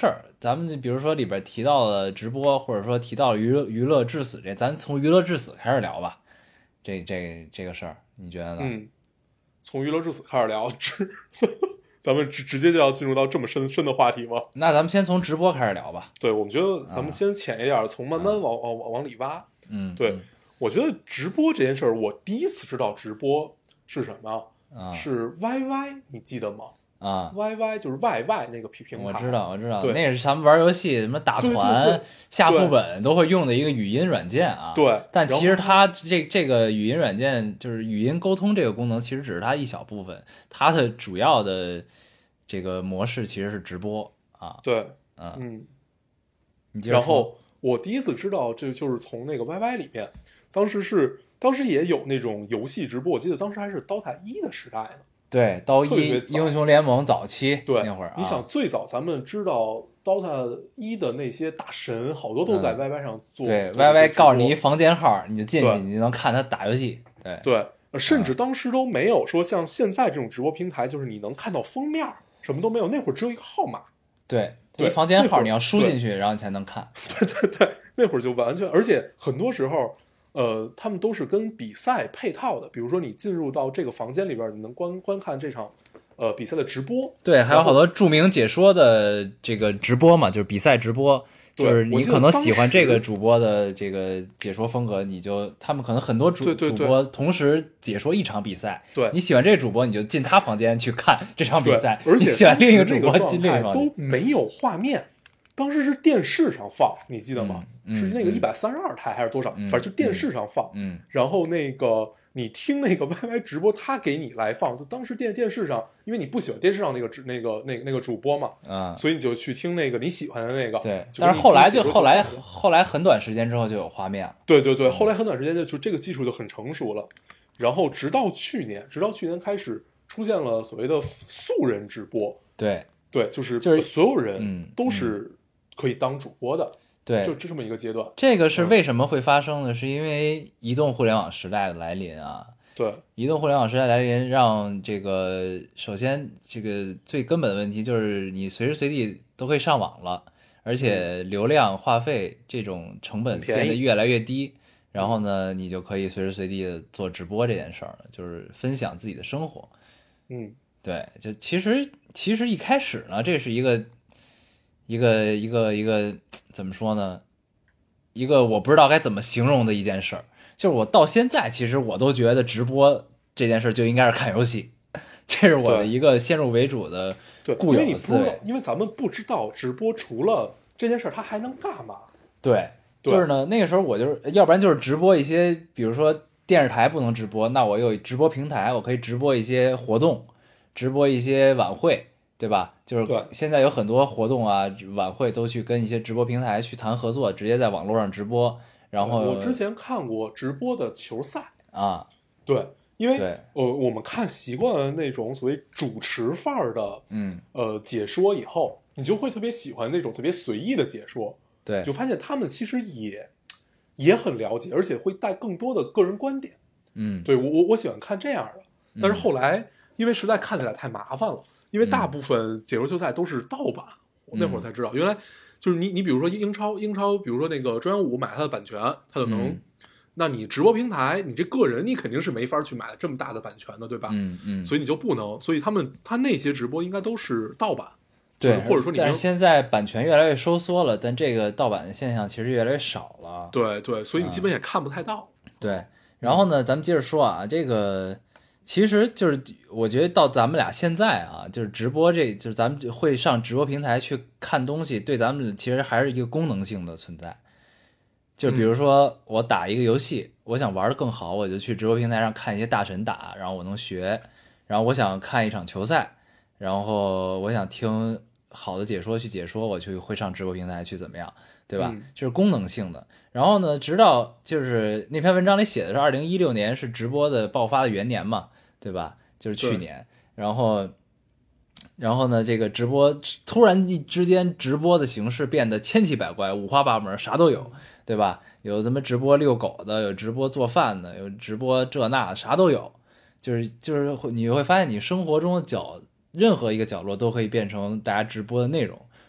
咱们比如说里边提到了直播，或者说提到了娱乐娱乐至死这，咱从娱乐至死开始聊吧。这这这个事儿，你觉得呢？ 嗯，从娱乐至死开始聊，直咱们直直接就要进入到这么深深的话题吗？ 那咱们先从直播开始聊吧。 对，我们觉得咱们先浅一点，从慢慢往往往往里挖。 嗯， 对， 嗯我觉得直播这件事儿，我第一次知道直播是什么， 啊是 Y Y， 你记得吗？ 啊， Y Y 就是 Y Y 那个平台， 我知道，我知道， 对那是咱们玩游戏什么打对对团对、 下副本都会用的一个语音软件啊。 对， 但其实然后它这这个语音软件就是语音沟通这个功能，其实只是它一小部分，它的主要的这个模式其实是直播啊。 对， 嗯， 嗯， 你接着说。 然后我第一次知道，这就是从那个 Y Y 里面，当时是当时也有那种游戏直播，我记得当时还是 DOTA 一的时代呢。 对，刀一特别早英雄联盟早期对， 那会儿、啊， 你想最早咱们知道 DOTA 一的那些大神，好多都在 Y Y 上做。 嗯、对做 ，Y Y 告诉你一直播房间号，你就进去， 对你就能看他打游戏。对对，呃甚至当时都没有说像现在这种直播平台，就是你能看到封面，什么都没有，那会儿只有一个号码。 对， 对一房间那会儿号你要输进去，然后你才能看。 对对对，那会儿就完全，而且很多时候，呃，他们都是跟比赛配套的。比如说，你进入到这个房间里边，你能观观看这场呃比赛的直播。 对，还有好多著名解说的这个直播嘛，就是比赛直播。就是你可能喜欢这个主播的这个解说风格，你就他们可能很多主对对对主播同时解说一场比赛。 对， 你喜欢这个主播，你就进他房间去看这场比赛。 而且你喜欢另一个主播状进另一个房间态都没有画面，当时是电视上放，你记得吗？ 嗯、 是那个嗯一百三十二台还是多少？ 嗯、 反正就电视上放。 嗯， 然后那个你听那个 Y Y 直播，他给你来放，就当时电电视上，因为你不喜欢电视上那个那个那个那个主播嘛， 嗯， 所以你就去听那个你喜欢的那个。 对，但是后来就后来后来很短时间之后就有画面了。 对对对，后来很短时间就就这个技术就很成熟了，然后直到去年，直到去年开始出现了所谓的素人直播。 对对，就是就是所有人都嗯是可以当主播的。 对， 就这么一个阶段。 这个是为什么会发生呢？是因为移动互联网时代的来临啊。 对， 移动互联网时代来临，让这个首先这个最根本的问题就是你随时随地都可以上网了，而且流量话费这种成本变得越来越低。然后呢，你就可以随时随地的做直播这件事儿了，就是分享自己的生活。 嗯， 对，就其实其实一开始呢，这是一个一个一个一个怎么说呢？一个我不知道该怎么形容的一件事儿。就是我到现在，其实我都觉得直播这件事就应该是看游戏，这是我的一个先入为主的固有的思维。 对，因为你不知道，因为咱们不知道直播除了这件事它还能干嘛。 对，就是呢，那个时候我就是要不然就是直播一些，比如说电视台不能直播，那我有直播平台，我可以直播一些活动，直播一些晚会，对吧？就是现在有很多活动啊、晚会都去跟一些直播平台去谈合作，直接在网络上直播。然后我之前看过直播的球赛啊， 对，因为对呃我们看习惯了那种所谓主持范儿的嗯呃解说以后，你就会特别喜欢那种特别随意的解说， 对， 就发现他们其实也也很了解，而且会带更多的个人观点。 嗯， 对我我我喜欢看这样的，但是后来因为实在看起来太麻烦了，因为大部分解说球赛都是盗版，我那会儿才知道原来。就是你，你比如说英超，英超，比如说那个中央五买它的版权，它就能，嗯、那你直播平台，你这个人你肯定是没法去买这么大的版权的，对吧？ 嗯嗯， 所以你就不能，所以他们他那些直播应该都是盗版， 对， 就是、或者说你但是现在版权越来越收缩了，但这个盗版的现象其实越来越少了。 对对，所以你基本也看不太到。 嗯、对，然后呢，咱们接着说啊，这个。其实就是我觉得到咱们俩现在啊，就是直播这，就是咱们会上直播平台去看东西，对咱们其实还是一个功能性的存在。就比如说我打一个游戏，我想玩的更好，我就去直播平台上看一些大神打，然后我能学。然后我想看一场球赛，然后我想听好的解说去解说，我就会上直播平台去怎么样，对吧？ 嗯、 就是功能性的。然后呢，直到就是那篇文章里写的是二零一六年是直播的爆发的元年嘛。对吧？就是去年，然后，然后呢，这个直播突然之间，直播的形式变得千奇百怪、五花八门，啥都有，对吧？有什么直播遛狗的，有直播做饭的，有直播这那啥都有，就是就是你会发现，你生活中的角任何一个角落都可以变成大家直播的内容，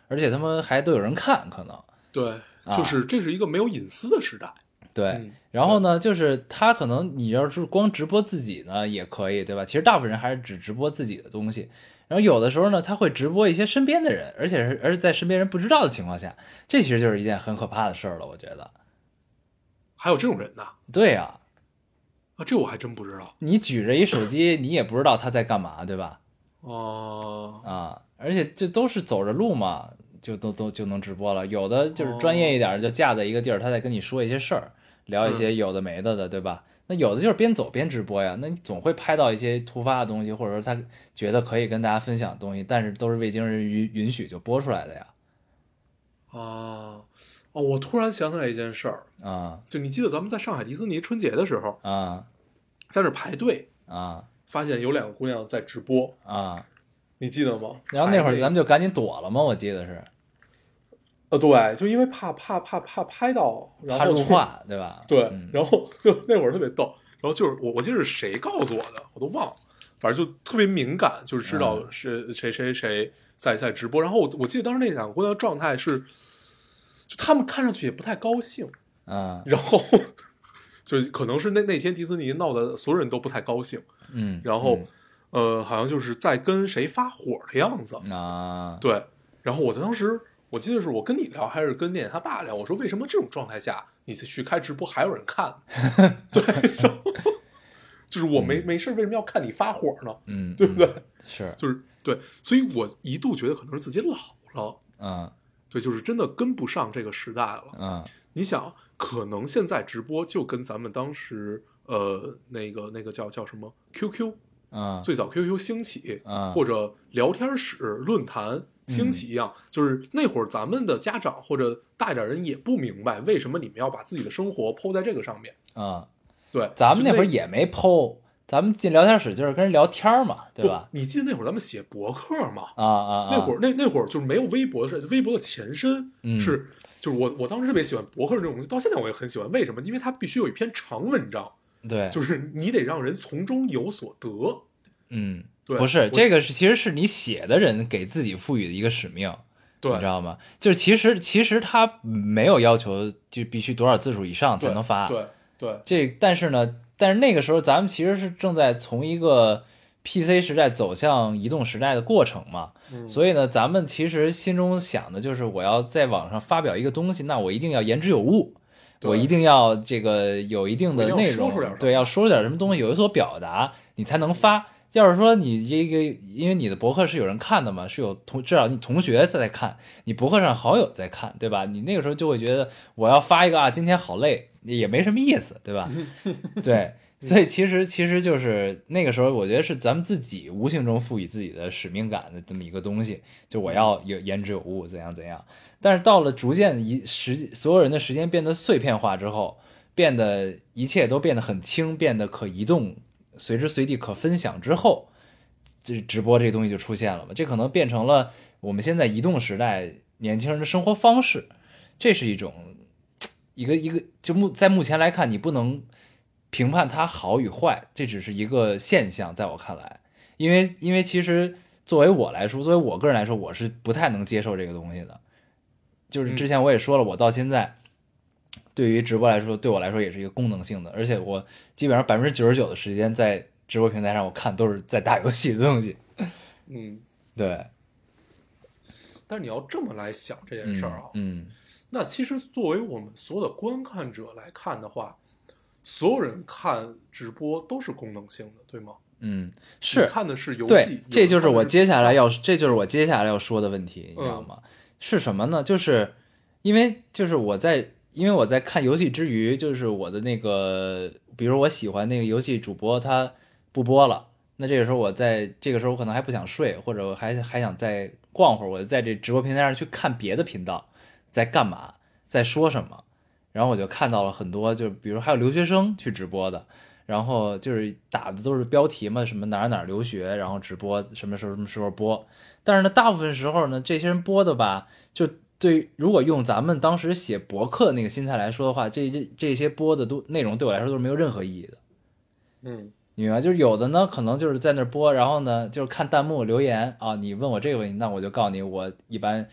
而且他们还都有人看，可能对，就是这是一个没有隐私的时代。 对， 嗯、 然后呢，就是他可能你要是光直播自己呢也可以，对吧？其实大部分人还是只直播自己的东西。然后有的时候呢，他会直播一些身边的人，而且是而且在身边人不知道的情况下，这其实就是一件很可怕的事儿了，我觉得。 还有这种人呢？ 对呀、 啊，这我还真不知道。 你举着一手机，你也不知道他在干嘛，对吧？ 哦、 啊，而且这都是走着路嘛，就都都就能直播了。有的就是专业一点，就架在一个地儿，他在跟你说一些事儿，聊一些有的没的的，对吧？那有的就是边走边直播呀，那你总会拍到一些突发的东西，或者说他觉得可以跟大家分享的东西，但是都是未经人允允许就播出来的呀。 啊，哦，我突然想起来一件事儿啊， 就你记得咱们在上海迪士尼春节的时候啊， 在那排队啊， 发现有两个姑娘在直播啊， 你记得吗？ 然后那会儿咱们就赶紧躲了嘛，我记得是。 呃，对，就因为怕怕怕怕拍到，然后怕入画，对吧？ 对， 嗯、 然后就那会儿特别逗，然后就是我我记得是谁告诉我的，我都忘了，反正就特别敏感，就是知道是谁谁谁在在直播，然后我我记得当时那两个姑娘状态是，就他们看上去也不太高兴， 嗯， 然后就可能是那那天迪士尼闹得所有人都不太高兴， 嗯， 然后、 嗯、 呃好像就是在跟谁发火的样子啊， 对，然后我在当时。我记得是我跟你聊，还是跟念他爸聊？我说为什么这种状态下你去开直播还有人看？对，就是我没、嗯、没事为什么要看你发火呢？ 嗯， 对不对？ 是， 就是对，所以我一度觉得可能是自己老了， 嗯， 对，就是真的跟不上这个时代了。 嗯， 你想，可能现在直播就跟咱们当时呃那个那个叫叫什么 Q Q， 嗯， 最早 Q Q 兴起， 嗯， 或者聊天室论坛。兴起一样、嗯，就是那会儿咱们的家长或者大一点人也不明白为什么你们要把自己的生活抛在这个上面啊、嗯。 对， 咱们那会儿也没抛，咱们进聊天室就是跟人聊天嘛，对吧？ 你记得那会儿咱们写博客嘛？ 啊啊啊！ 那会儿那那会儿就是没有微博的事，微博的前身、 嗯、 是，就是我我当时特别喜欢博客这种东西，到现在我也很喜欢。为什么？因为它必须有一篇长文章， 对， 就是你得让人从中有所得。 嗯。 对， 不是这个是其实是你写的人给自己赋予的一个使命， 对， 你知道吗？就是其实其实他没有要求就必须多少字数以上才能发， 对对, 对。 这但是呢，但是那个时候咱们其实是正在从一个 P C 时代走向移动时代的过程嘛， 嗯、 所以呢，咱们其实心中想的就是我要在网上发表一个东西，那我一定要言之有物，我一定要这个有一定的内容，对，要说出点什么东西，有所表达，你才能发。要是说你这个，因为你的博客是有人看的嘛，是有同至少你同学在看，你博客上好友在看，对吧？你那个时候就会觉得我要发一个啊，今天好累，也没什么意思，对吧？对，所以其实其实就是那个时候，我觉得是咱们自己无形中赋予自己的使命感的这么一个东西，就我要有言之有物，怎样怎样。但是到了逐渐一时，所有人的时间变得碎片化之后，变得一切都变得很轻，变得可移动。随时随地可分享之后，这直播这东西就出现了嘛？这可能变成了我们现在移动时代年轻人的生活方式，这是一种一个一个就目在目前来看，你不能评判它好与坏，这只是一个现象，在我看来，因为因为其实作为我来说，作为我个人来说，我是不太能接受这个东西的。就是之前我也说了，我到现在。对于直播来说，对我来说也是一个功能性的，而且我基本上百分之九十九的时间在直播平台上，我看都是在打游戏的东西。 嗯， 对。 但是你要这么来想这件事儿啊， 嗯，嗯那其实作为我们所有的观看者来看的话，所有人看直播都是功能性的，对吗？ 嗯，是看的是游戏， 对，这就是我接下来要，这就是我接下来要说的问题，你知道吗？ 嗯、 是什么呢？就是因为就是我在。因为我在看游戏之余，就是我的那个，比如我喜欢那个游戏主播他不播了，那这个时候我在这个时候我可能还不想睡，或者我还还想再逛会儿，我在这直播平台上去看别的频道在干嘛，在说什么，然后我就看到了很多，就比如还有留学生去直播的，然后就是打的都是标题嘛，什么哪儿哪儿留学，然后直播什么时候什么时候播，但是呢，大部分时候呢，这些人播的吧，就。对，如果用咱们当时写博客那个心态来说的话，这这这些播的都内容对我来说都是没有任何意义的。 嗯， 你明白？就是有的呢，可能就是在那播，然后呢，就是看弹幕留言啊，你问我这个问题，那我就告诉你，我一般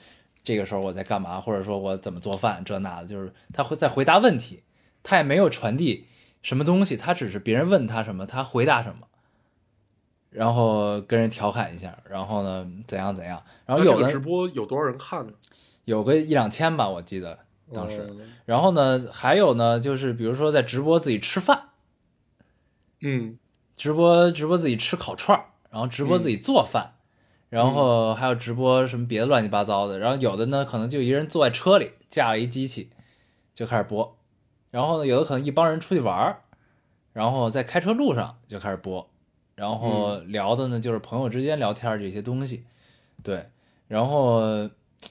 这个时候我在干嘛，或者说我怎么做饭这那的，就是他会在回答问题，他也没有传递什么东西，他只是别人问他什么他回答什么，然后跟人调侃一下，然后呢怎样怎样，然后有的这个直播有多少人看呢？ 有个一两千吧，我记得当时。 嗯、 然后呢，还有呢，就是比如说在直播自己吃饭， 嗯， 直播直播自己吃烤串，然后直播自己做饭。嗯，然后还有直播什么别的乱七八糟的，然后有的呢可能就一个人坐在车里架了一机器就开始播，然后呢有的可能一帮人出去玩，然后在开车路上就开始播，然后聊的呢就是朋友之间聊天这些东西，对，然后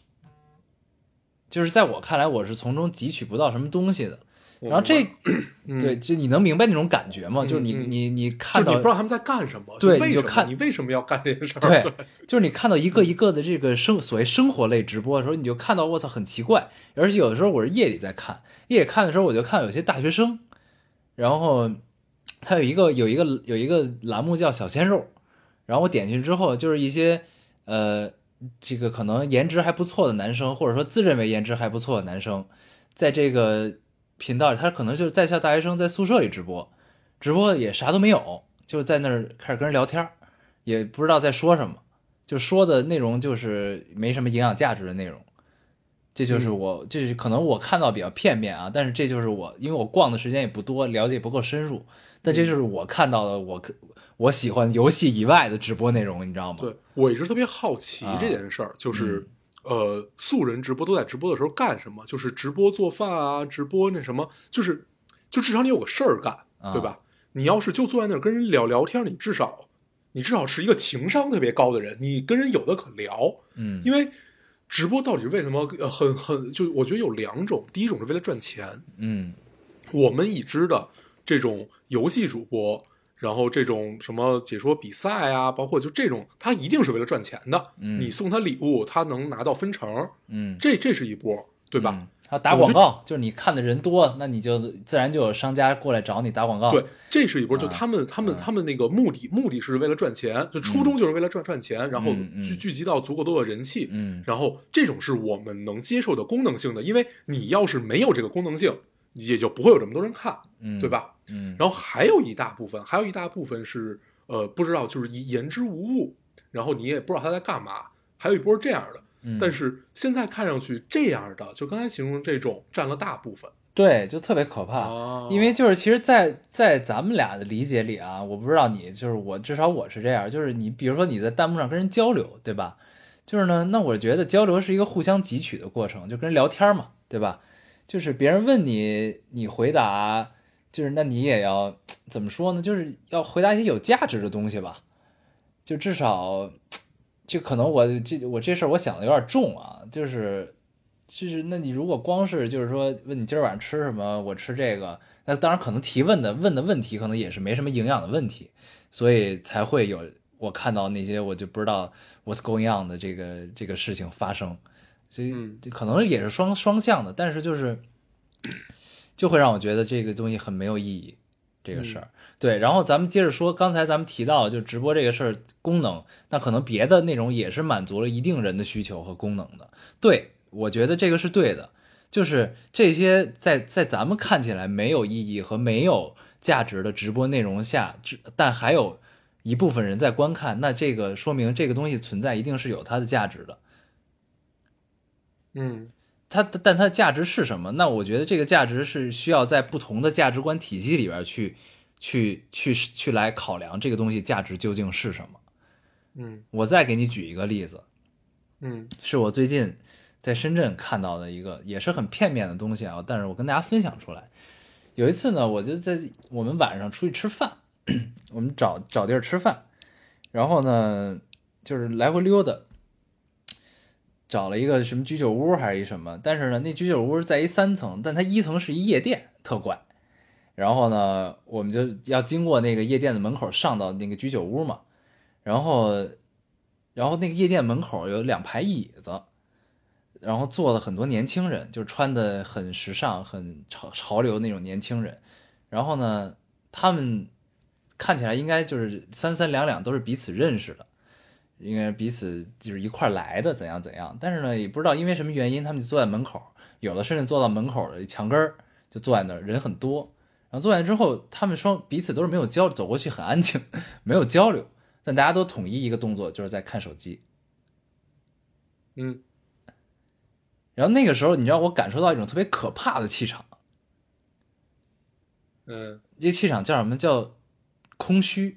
就是在我看来我是从中汲取不到什么东西的。然后这， 嗯、 对，就你能明白那种感觉吗？嗯、就是你你你看到， 就你不知道他们在干什么， 对， 你就看你为什么要干这件事儿？ 对， 对， 就是你看到一个一个的这个生所谓生活类直播的时候，你就看到我操很奇怪，而且有的时候我是夜里在看，夜里看的时候我就看到有些大学生，然后他有一个有一个有一个栏目叫小鲜肉，然后我点进去之后就是一些呃这个可能颜值还不错的男生，或者说自认为颜值还不错的男生，在这个频道里，他可能就是在校大学生在宿舍里直播，直播也啥都没有，就是在那儿开始跟人聊天，也不知道在说什么，就说的内容就是没什么营养价值的内容。这就是我，这是可能我看到比较片面啊，但是这就是我，因为我逛的时间也不多，了解也不够深入，但这就是我看到的我我喜欢游戏以外的直播内容，你知道吗？ 对，我一直特别好奇这件事儿，啊、就是。嗯呃，素人直播都在直播的时候干什么？就是直播做饭啊，直播那什么，就是就至少你有个事儿干，对吧？啊、你要是就坐在那儿跟人聊聊天，你至少你至少是一个情商特别高的人，你跟人有的可聊。 嗯， 因为直播到底是为什么？呃，很很就我觉得有两种，第一种是为了赚钱。 嗯， 我们已知的这种游戏主播。然后这种什么解说比赛啊，包括就这种，他一定是为了赚钱的。 嗯， 你送他礼物，他能拿到分成。 嗯， 这这是一波，对吧？ 嗯、他打广告，就是你看的人多，那你就自然就有商家过来找你打广告。 对，这是一波，就他们、啊、他们、嗯、他们那个目的目的是为了赚钱，就初衷就是为了赚赚钱，嗯、然后聚聚集到足够多的人气。 嗯， 然后这种是我们能接受的功能性的，因为你要是没有这个功能性。也就不会有这么多人看， 嗯， 对吧？ 嗯， 然后还有一大部分，还有一大部分是呃不知道，就是言之无物，然后你也不知道他在干嘛。还有一波这样的， 嗯， 但是现在看上去这样的，就刚才形容这种占了大部分， 对，就特别可怕。 哦、 因为就是其实在，在在咱们俩的理解里啊，我不知道你，就是我至少我是这样，就是你比如说你在弹幕上跟人交流，对吧？就是呢，那我觉得交流是一个互相汲取的过程，就跟人聊天嘛，对吧？就是别人问你，你回答，就是那你也要怎么说呢？就是要回答一些有价值的东西吧。就至少，就可能我这我这事儿我想的有点重啊。就是就是那你如果光是就是说问你今儿晚上吃什么，我吃这个，那当然可能提问的问的问题可能也是没什么营养的问题，所以才会有我看到那些我就不知道 what's going on 的这个这个事情发生。所以可能也是双双向的，但是就是就会让我觉得这个东西很没有意义，这个事儿。 嗯、 对，然后咱们接着说，刚才咱们提到就直播这个事儿功能，那可能别的内容也是满足了一定人的需求和功能的。对，我觉得这个是对的，就是这些在在咱们看起来没有意义和没有价值的直播内容下，但还有一部分人在观看，那这个说明这个东西存在一定是有它的价值的。 嗯， 它但它的价值是什么？那我觉得这个价值是需要在不同的价值观体系里边去去去去来考量这个东西价值究竟是什么。 嗯， 我再给你举一个例子， 嗯， 是我最近在深圳看到的一个也是很片面的东西啊，但是我跟大家分享出来。有一次呢，我就在我们晚上出去吃饭，我们找找地儿吃饭，然后呢就是来回溜达。找了一个什么居酒屋还是一什么，但是呢那居酒屋在一三层，但它一层是一夜店，特怪。然后呢我们就要经过那个夜店的门口上到那个居酒屋嘛，然后然后那个夜店门口有两排椅子，然后坐了很多年轻人，就是穿的很时尚很潮潮流那种年轻人。然后呢他们看起来应该就是三三两两都是彼此认识的， 应该彼此就是一块来的，怎样怎样。但是呢，也不知道因为什么原因，他们就坐在门口，有的甚至坐到门口的墙根儿，就坐在那儿，人很多。然后坐下来之后，他们双彼此都是没有交走过去，很安静，没有交流，但大家都统一一个动作，就是在看手机。 嗯。 然后那个时候，你知道我感受到一种特别可怕的气场。 嗯， 这气场叫什么？叫空虚。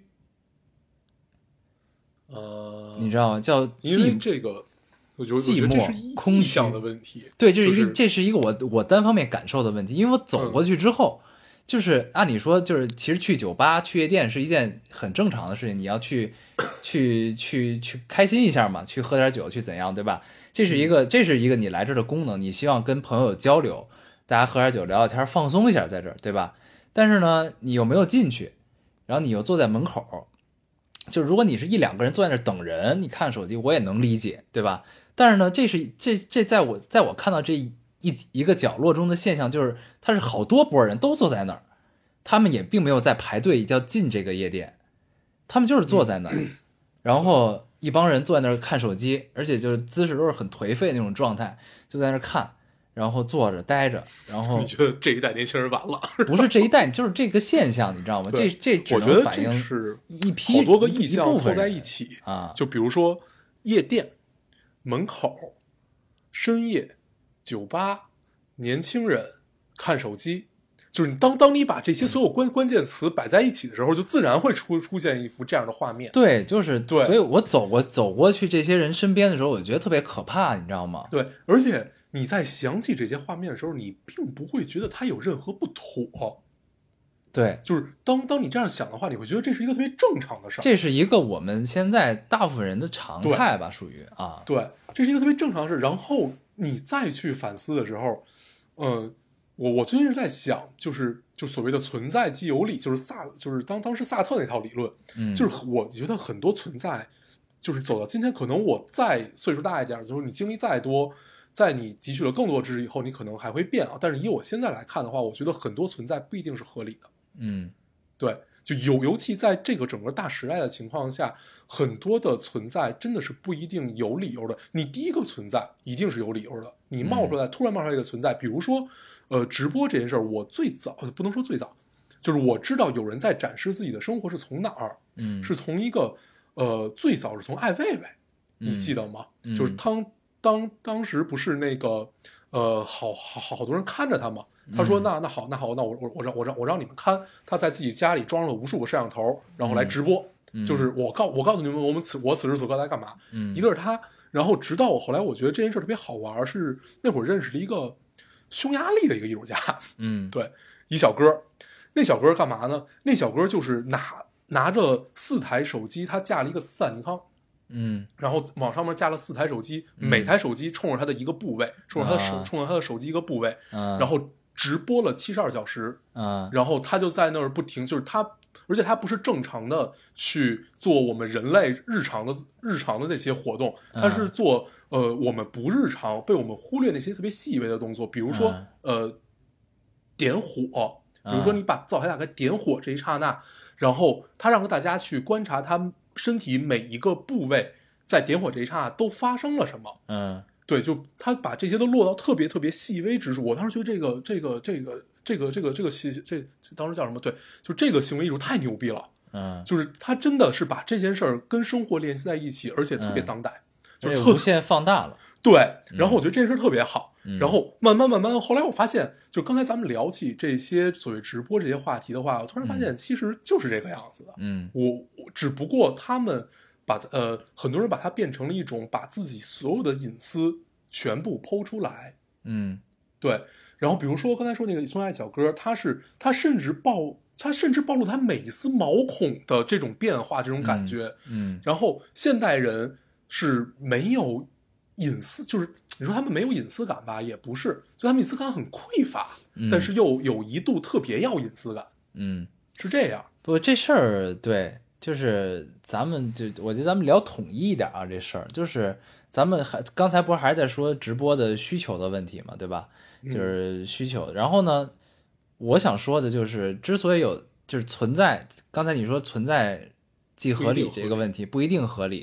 呃， 你知道吗？叫因为这个，我觉得寂寞、空虚的问题。 对，这是一个、 就是、 这是一个我我单方面感受的问题。因为我走过去之后，嗯、就是按理说，就是其实去酒吧、去夜店是一件很正常的事情，你要去去去去开心一下嘛，去喝点酒，去怎样，对吧？这是一个，这是一个你来这儿的功能，你希望跟朋友有交流，大家喝点酒聊聊天，放松一下在这儿，对吧？但是呢，你又没有进去，然后你又坐在门口，就如果你是一两个人坐在那儿等人，你看手机我也能理解，对吧？但是呢，这是这这在我在我看到这一一个角落中的现象，就是它是好多波人都坐在那儿，他们也并没有在排队要进这个夜店，他们就是坐在那儿，嗯、然后一帮人坐在那儿看手机，而且就是姿势都是很颓废那种状态，就在那儿看。然后坐着待着，然后你觉得这一代年轻人完了？ 不是这一代，就是这个现象，你知道吗？这这只能反映是一批好多个意象凑在一起啊。 就比如说夜店、门口、深夜、酒吧、年轻人看手机，就是你当当你把这些所有关关键词摆在一起的时候，就自然会出出现一幅这样的画面。 对，就是对， 所以我走过走过去这些人身边的时候，我觉得特别可怕，你知道吗？ 对，而且你在想起这些画面的时候，你并不会觉得它有任何不妥。 对， 就是当当你这样想的话，你会觉得这是一个特别正常的事儿。 这是一个我们现在大部分人的常态吧，属于啊。 对，这是一个特别正常的事。然后你再去反思的时候，嗯，我我最近是在想，就是就所谓的存在即有理，就是萨，就是当当时萨特那套理论， 嗯， 就是我觉得很多存在，就是走到今天，可能我再岁数大一点，就是你经历再多。在你汲取了更多知识以后，你可能还会变啊。但是以我现在来看的话，我觉得很多存在不一定是合理的。 嗯， 对，就尤尤其在这个整个大时代的情况下，很多的存在真的是不一定有理由的。你第一个存在一定是有理由的，你冒出来，嗯、突然冒出来一个存在，比如说，呃，直播这件事儿，我最早不能说最早，就是我知道有人在展示自己的生活是从哪儿， 嗯， 是从一个呃最早是从艾未未，你记得吗？ 嗯、 就是当。当当时不是那个呃，好好好多人看着他嘛。他说：“那那好，那好，那我我我让我让我让你们看。”他在自己家里装了无数个摄像头，然后来直播。 嗯、 就是我告我告诉你们，我们此我此时此刻在干嘛？ 嗯， 一个是他，然后直到我后来，我觉得这件事特别好玩，是那会儿认识了一个匈牙利的一个艺术家。 嗯， 对，一小哥，那小哥干嘛呢？那小哥就是拿拿着四台手机，他架了一个斯坦尼康。 嗯， 然后往上面架了四台手机，嗯、每台手机冲着他的一个部位，冲着他的手，啊、冲着他的手机一个部位， 啊、 然后直播了七十二小时， 啊、 然后他就在那儿不停，就是他，而且他不是正常的去做我们人类日常的日常的那些活动，他是做呃我们不日常被我们忽略那些特别细微的动作，比如说、啊、呃点火，比如说你把灶台打开点火这一刹那，然后他让大家去观察他身体每一个部位在点火这一刹那都发生了什么。 嗯， 对，就他把这些都落到特别特别细微之处。我当时觉得这个这个这个这个这个这个细这当时叫什么？对，就这个行为艺术太牛逼了。 嗯， 就是他真的是把这件事儿跟生活联系在一起，而且特别当代， 嗯、 就是特无限放大了。 对，然后我觉得这件事儿特别好。 嗯、 然后慢慢慢慢，后来我发现，就刚才咱们聊起这些所谓直播这些话题的话，我突然发现其实就是这个样子的。 嗯， 我我只不过他们把呃很多人把它变成了一种把自己所有的隐私全部剖出来。 嗯， 对。然后比如说刚才说那个松爱小哥，他是他甚至暴他甚至暴露他每一丝毛孔的这种变化，这种感觉。 嗯，嗯然后现代人是没有隐私，就是你说他们没有隐私感吧，也不是，就他们隐私感很匮乏， 嗯、 但是又有一度特别要隐私感。 嗯， 是这样。 不，这事儿对，就是咱们就我觉得咱们聊统一一点啊，这事儿就是咱们还刚才不是还在说直播的需求的问题嘛，对吧？就是需求。嗯、然后呢，我想说的就是，之所以有就是存在，刚才你说存在即合理这个问题不一定合理，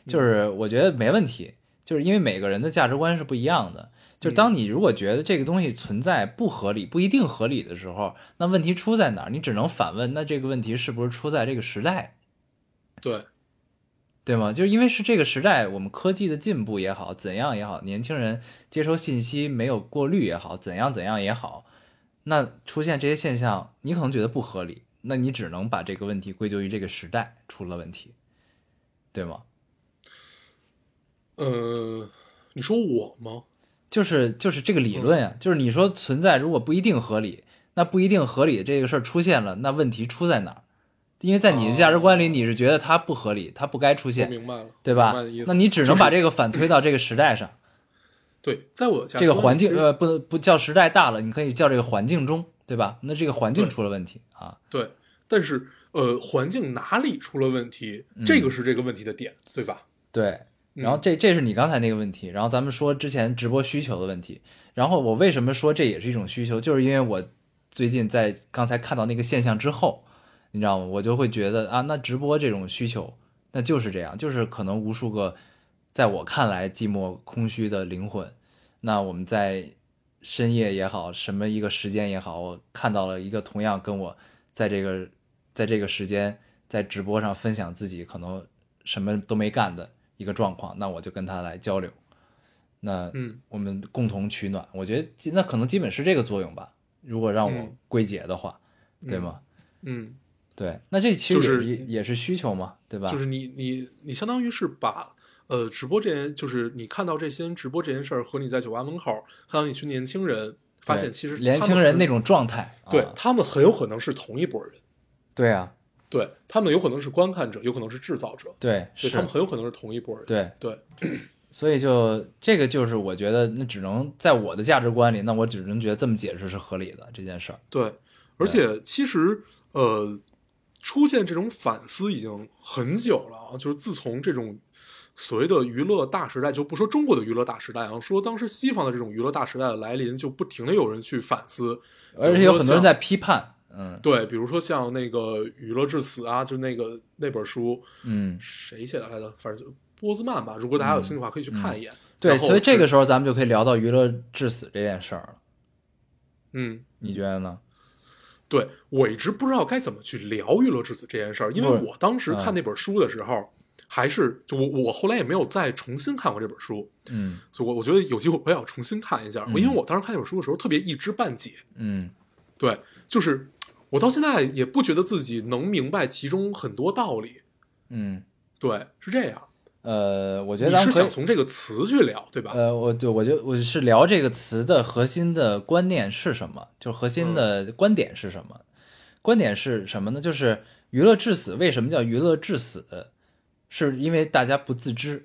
就是我觉得没问题，就是因为每个人的价值观是不一样的。就是当你如果觉得这个东西存在不合理、不一定合理的时候，那问题出在哪儿？你只能反问，那这个问题是不是出在这个时代？ 对， 对吗？就是因为是这个时代，我们科技的进步也好，怎样也好，年轻人接收信息没有过滤也好，怎样怎样也好，那出现这些现象，你可能觉得不合理，那你只能把这个问题归咎于这个时代出了问题，对吗？ 呃，你说我吗？ 就是就是这个理论呀、啊，就是你说存在如果不一定合理，那不一定合理这个事儿出现了，那问题出在哪儿？因为在你的价值观里，你是觉得它不合理，它不该出现， 我明白了， 对吧？那你只能把这个反推到这个时代上。 就是、对，在我的价值观这个环境呃不不叫时代大了，你可以叫这个环境中，对吧？那这个环境出了问题啊。 对，但是呃，环境哪里出了问题， 嗯、 这个是这个问题的点，对吧？ 对。然后这这是你刚才那个问题，然后咱们说之前直播需求的问题，然后我为什么说这也是一种需求，就是因为我最近在刚才看到那个现象之后，你知道吗？我就会觉得啊，那直播这种需求，那就是这样，就是可能无数个在我看来寂寞空虚的灵魂，那我们在深夜也好，什么一个时间也好，我看到了一个同样跟我在这个在这个时间在直播上分享自己可能什么都没干的一个状况，那我就跟他来交流，那我们共同取暖、嗯、我觉得那可能基本是这个作用吧，如果让我归结的话、嗯、对吗？ 嗯， 对，那这其实也是、 就是、 也是需求嘛，对吧？ 就是你你你相当于是把呃直播这件，就是你看到这些直播这件事儿和你在酒吧门口看到一群年轻人，发现其实年轻人那种状态， 对、 啊、 他们很有可能是同一拨人。 对啊， 对，他们有可能是观看者，有可能是制造者， 对， 对，他们很有可能是同一拨人。 对对， 所以就这个就是我觉得那只能在我的价值观里，那我只能觉得这么解释是合理的这件事儿。 对，而且其实呃，出现这种反思已经很久了啊，就是自从这种所谓的娱乐大时代，就不说中国的娱乐大时代啊，说当时西方的这种娱乐大时代的来临，就不停的有人去反思， 而且有很多人在批判。嗯， 对，比如说像那个《娱乐至死》啊，就那个那本书， 嗯， 谁写的来的？反正就波兹曼吧。如果大家有兴趣的话，可以去看一眼。 嗯、对，所以这个时候咱们就可以聊到娱乐至死这件事儿了。 嗯， 你觉得呢？ 对，我一直不知道该怎么去聊娱乐至死这件事儿，因为我当时看那本书的时候，嗯、还是就我我后来也没有再重新看过这本书。 嗯， 所以我我觉得有机会我也要重新看一下，嗯、因为我当时看那本书的时候特别一知半解。 嗯， 对，就是。我到现在也不觉得自己能明白其中很多道理。 嗯， 对，是这样。 呃，我觉得咱们你是想从这个词去聊，对吧？ 呃，我对我就我是聊这个词的核心的观念是什么，就是核心的观点是什么？嗯、观点是什么呢？就是娱乐至死，为什么叫娱乐至死？是因为大家不自知。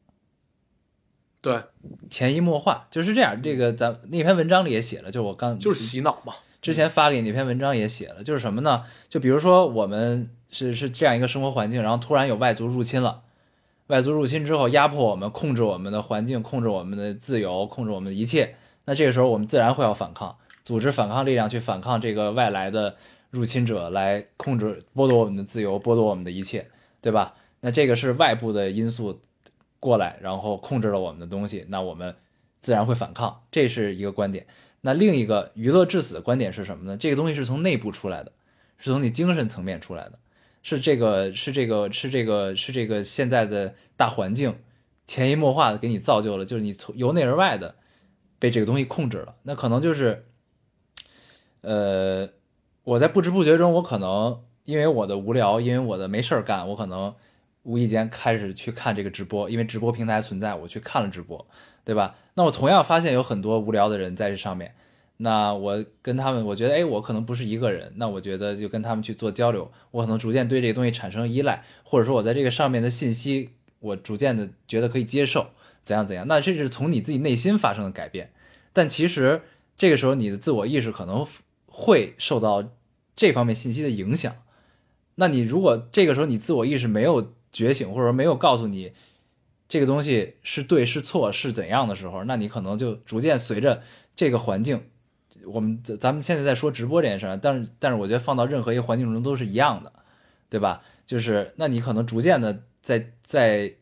对， 潜移默化就是这样。这个咱那篇文章里也写了，就是我刚就是洗脑嘛。 之前发给你那篇文章也写了，就是什么呢？就比如说我们是是这样一个生活环境，然后突然有外族入侵了，外族入侵之后压迫我们，控制我们的环境，控制我们的自由，控制我们的一切。那这个时候我们自然会要反抗，组织反抗力量去反抗这个外来的入侵者来控制剥夺我们的自由，剥夺我们的一切，对吧？那这个是外部的因素过来，然后控制了我们的东西，那我们自然会反抗，这是一个观点。那另一个娱乐至死的观点是什么呢？这个东西是从内部出来的，是从你精神层面出来的，是这个是这个是这个是这个现在的大环境潜移默化的给你造就了，就是你从由内而外的被这个东西控制了。那可能就是呃我在不知不觉中，我可能因为我的无聊，因为我的没事干，我可能无意间开始去看这个直播，因为直播平台存在，我去看了直播，对吧？那我同样发现有很多无聊的人在这上面，那我跟他们，我觉得哎，我可能不是一个人，那我觉得就跟他们去做交流，我可能逐渐对这个东西产生依赖，或者说我在这个上面的信息我逐渐的觉得可以接受，怎样怎样，那这是从你自己内心发生的改变。但其实这个时候你的自我意识可能会受到这方面信息的影响，那你如果这个时候你自我意识没有觉醒，或者说没有告诉你这个东西是对是错是怎样的时候，那你可能就逐渐随着这个环境，我们咱们现在在说直播这件事，但是但是我觉得放到任何一个环境中都是一样的，对吧？就是那你可能逐渐的在在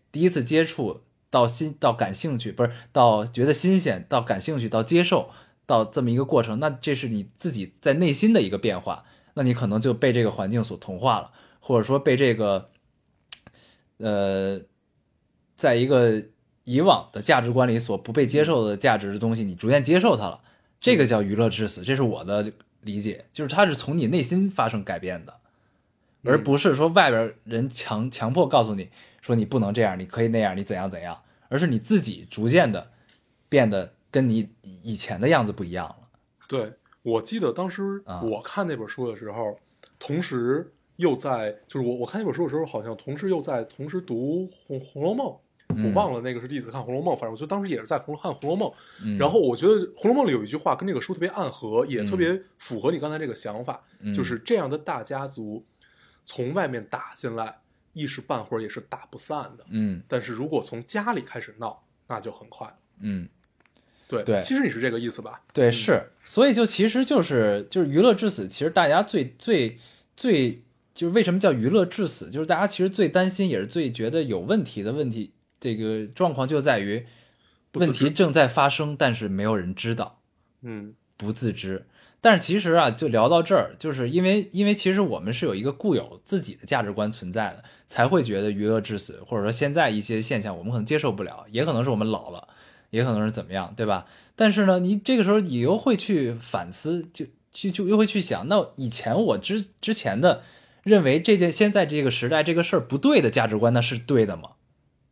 第一次接触到新到感兴趣，不是到觉得新鲜，到感兴趣，到接受，到这么一个过程，那这是你自己在内心的一个变化，那你可能就被这个环境所同化了，或者说被这个呃，在一个以往的价值观里所不被接受的价值的东西，你逐渐接受它了，这个叫娱乐至死，这是我的理解，就是它是从你内心发生改变的，而不是说外边人强强迫告诉你说你不能这样，你可以那样，你怎样怎样，而是你自己逐渐的变得跟你以前的样子不一样了。 对，我记得当时我看那本书的时候，啊、同时又在就是我我看那本书的时候，好像同时又在同时读《红红楼梦》。我忘了那个是第几次看《红楼梦》，反正我就当时也是在看《红楼梦》，嗯，然后我觉得《红楼梦》里有一句话跟这个书特别暗合，也特别符合你刚才这个想法， 嗯， 就是这样的大家族从外面打进来，一时半会儿也是打不散的， 嗯， 但是如果从家里开始闹，那就很快了， 嗯， 对对， 其实你是这个意思吧？ 对，是，所以就其实就是就是娱乐至死，其实大家最最最就是为什么叫娱乐至死，就是大家其实最担心也是最觉得有问题的问题。这个状况就在于问题正在发生，但是没有人知道， 嗯， 不自知。但是其实啊，就聊到这儿，就是因为因为其实我们是有一个固有自己的价值观存在的，才会觉得娱乐至死，或者说现在一些现象我们可能接受不了，也可能是我们老了，也可能是怎么样，对吧？但是呢，你这个时候你又会去反思，就就就又会去想，那以前我之之前的认为这件现在这个时代这个事儿不对的价值观，那是对的吗？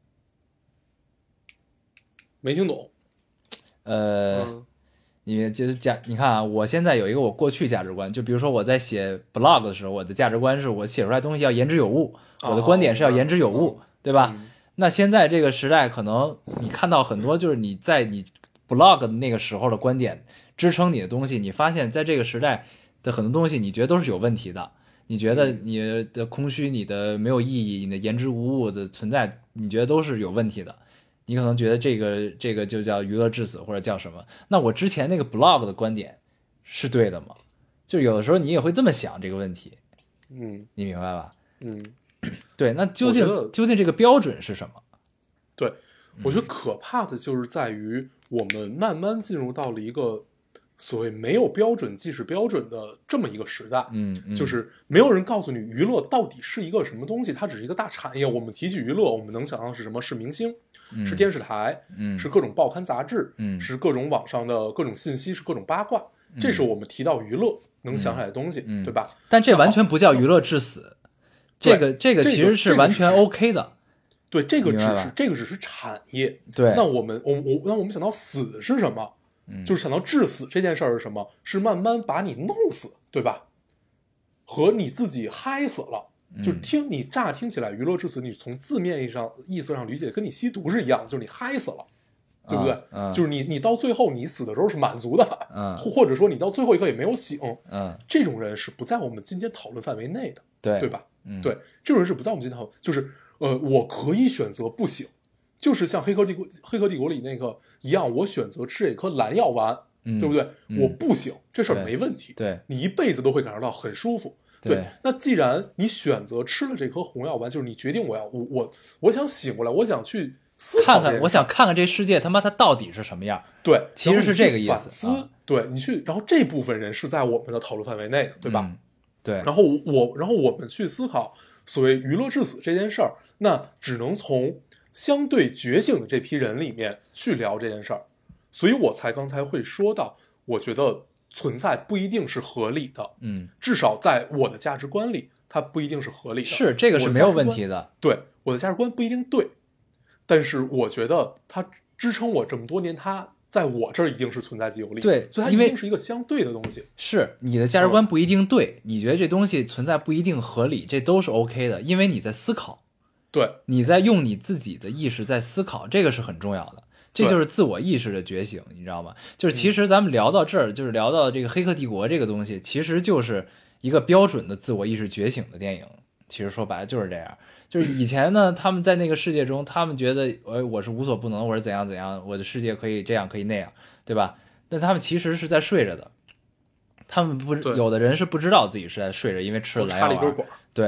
没听懂， 呃，嗯、你就是价，你看啊，我现在有一个我过去价值观，就比如说我在写 blog 的时候，我的价值观是我写出来东西要言之有物，我的观点是要言之有物， 哦、 对吧、 嗯？ 那现在这个时代，可能你看到很多就是你在你 blog 的那个时候的观点支撑你的东西，你发现在这个时代的很多东西，你觉得都是有问题的，你觉得你的空虚、你的没有意义、你的言之无物的存在，你觉得都是有问题的。你可能觉得这个这个就叫娱乐至死，或者叫什么？那我之前那个 blog 的观点是对的吗？就有的时候你也会这么想这个问题， 嗯， 你明白吧？ 嗯， 对，那究竟究竟这个标准是什么？ 对，我觉得可怕的就是在于我们慢慢进入到了一个所谓没有标准即是标准的这么一个时代， 嗯，嗯就是没有人告诉你娱乐到底是一个什么东西，它只是一个大产业。我们提起娱乐，我们能想到是什么？是明星。是电视台， 嗯， 是各种报刊杂志， 嗯， 是各种网上的各种信息，是各种八卦，嗯、这是我们提到娱乐能想起来的东西， 嗯、 对吧？ 但这完全不叫娱乐至死，这个这个其实是完全 OK 的。 对，这个只是这个只是产业。 对， 那我们我我那我们想到死是什么？ 嗯， 就是想到致死这件事儿是什么？是慢慢把你弄死，对吧？和你自己嗨死了。就听你乍听起来娱乐至死，你从字面意上意思上理解，跟你吸毒是一样的，就是你嗨死了，对不对？ 嗯嗯、 就是你你到最后你死的时候是满足的， 嗯， 或者说你到最后一刻也没有醒， 嗯， 这种人是不在我们今天讨论范围内的， 对对吧？ 嗯， 对，这种人是不在我们今天讨论，就是呃，我可以选择不醒，就是像黑客帝国黑客帝国里那个一样，我选择吃这颗蓝药丸， 嗯、 对不对？ 嗯、 我不醒，这事儿没问题， 对， 你一辈子都会感受到很舒服。对，那既然你选择吃了这颗红药丸，就是你决定我要我我我想醒过来，我想去思考看看，我想看看这世界他妈它到底是什么样。 对， 其实是这个意思。 反思，啊、对你去，然后这部分人是在我们的讨论范围内的，对吧？ 嗯、对。 然后我，然后我们去思考所谓娱乐至死这件事儿，那只能从相对觉醒的这批人里面去聊这件事儿，所以我才刚才会说到，我觉得。存在不一定是合理的， 嗯， 至少在我的价值观里，它不一定是合理的。 是这个是没有问题的。 对，我的价值观不一定对，但是我觉得它支撑我这么多年，它在我这儿一定是存在即有利。 对， 所以它一定是一个相对的东西。 是你的价值观不一定对，嗯、你觉得这东西存在不一定合理，这都是 OK 的，因为你在思考。 对， 你在用你自己的意识在思考，这个是很重要的。这就是自我意识的觉醒，你知道吗？就是其实咱们聊到这儿，就是聊到这个《黑客帝国》这个东西，其实就是一个标准的自我意识觉醒的电影。其实说白了就是这样，就是以前呢，他们在那个世界中，他们觉得，呃，我是无所不能，我是怎样怎样，我的世界可以这样可以那样，对吧？但他们其实是在睡着的，他们不，有的人是不知道自己是在睡着，因为吃了蓝药丸，对。嗯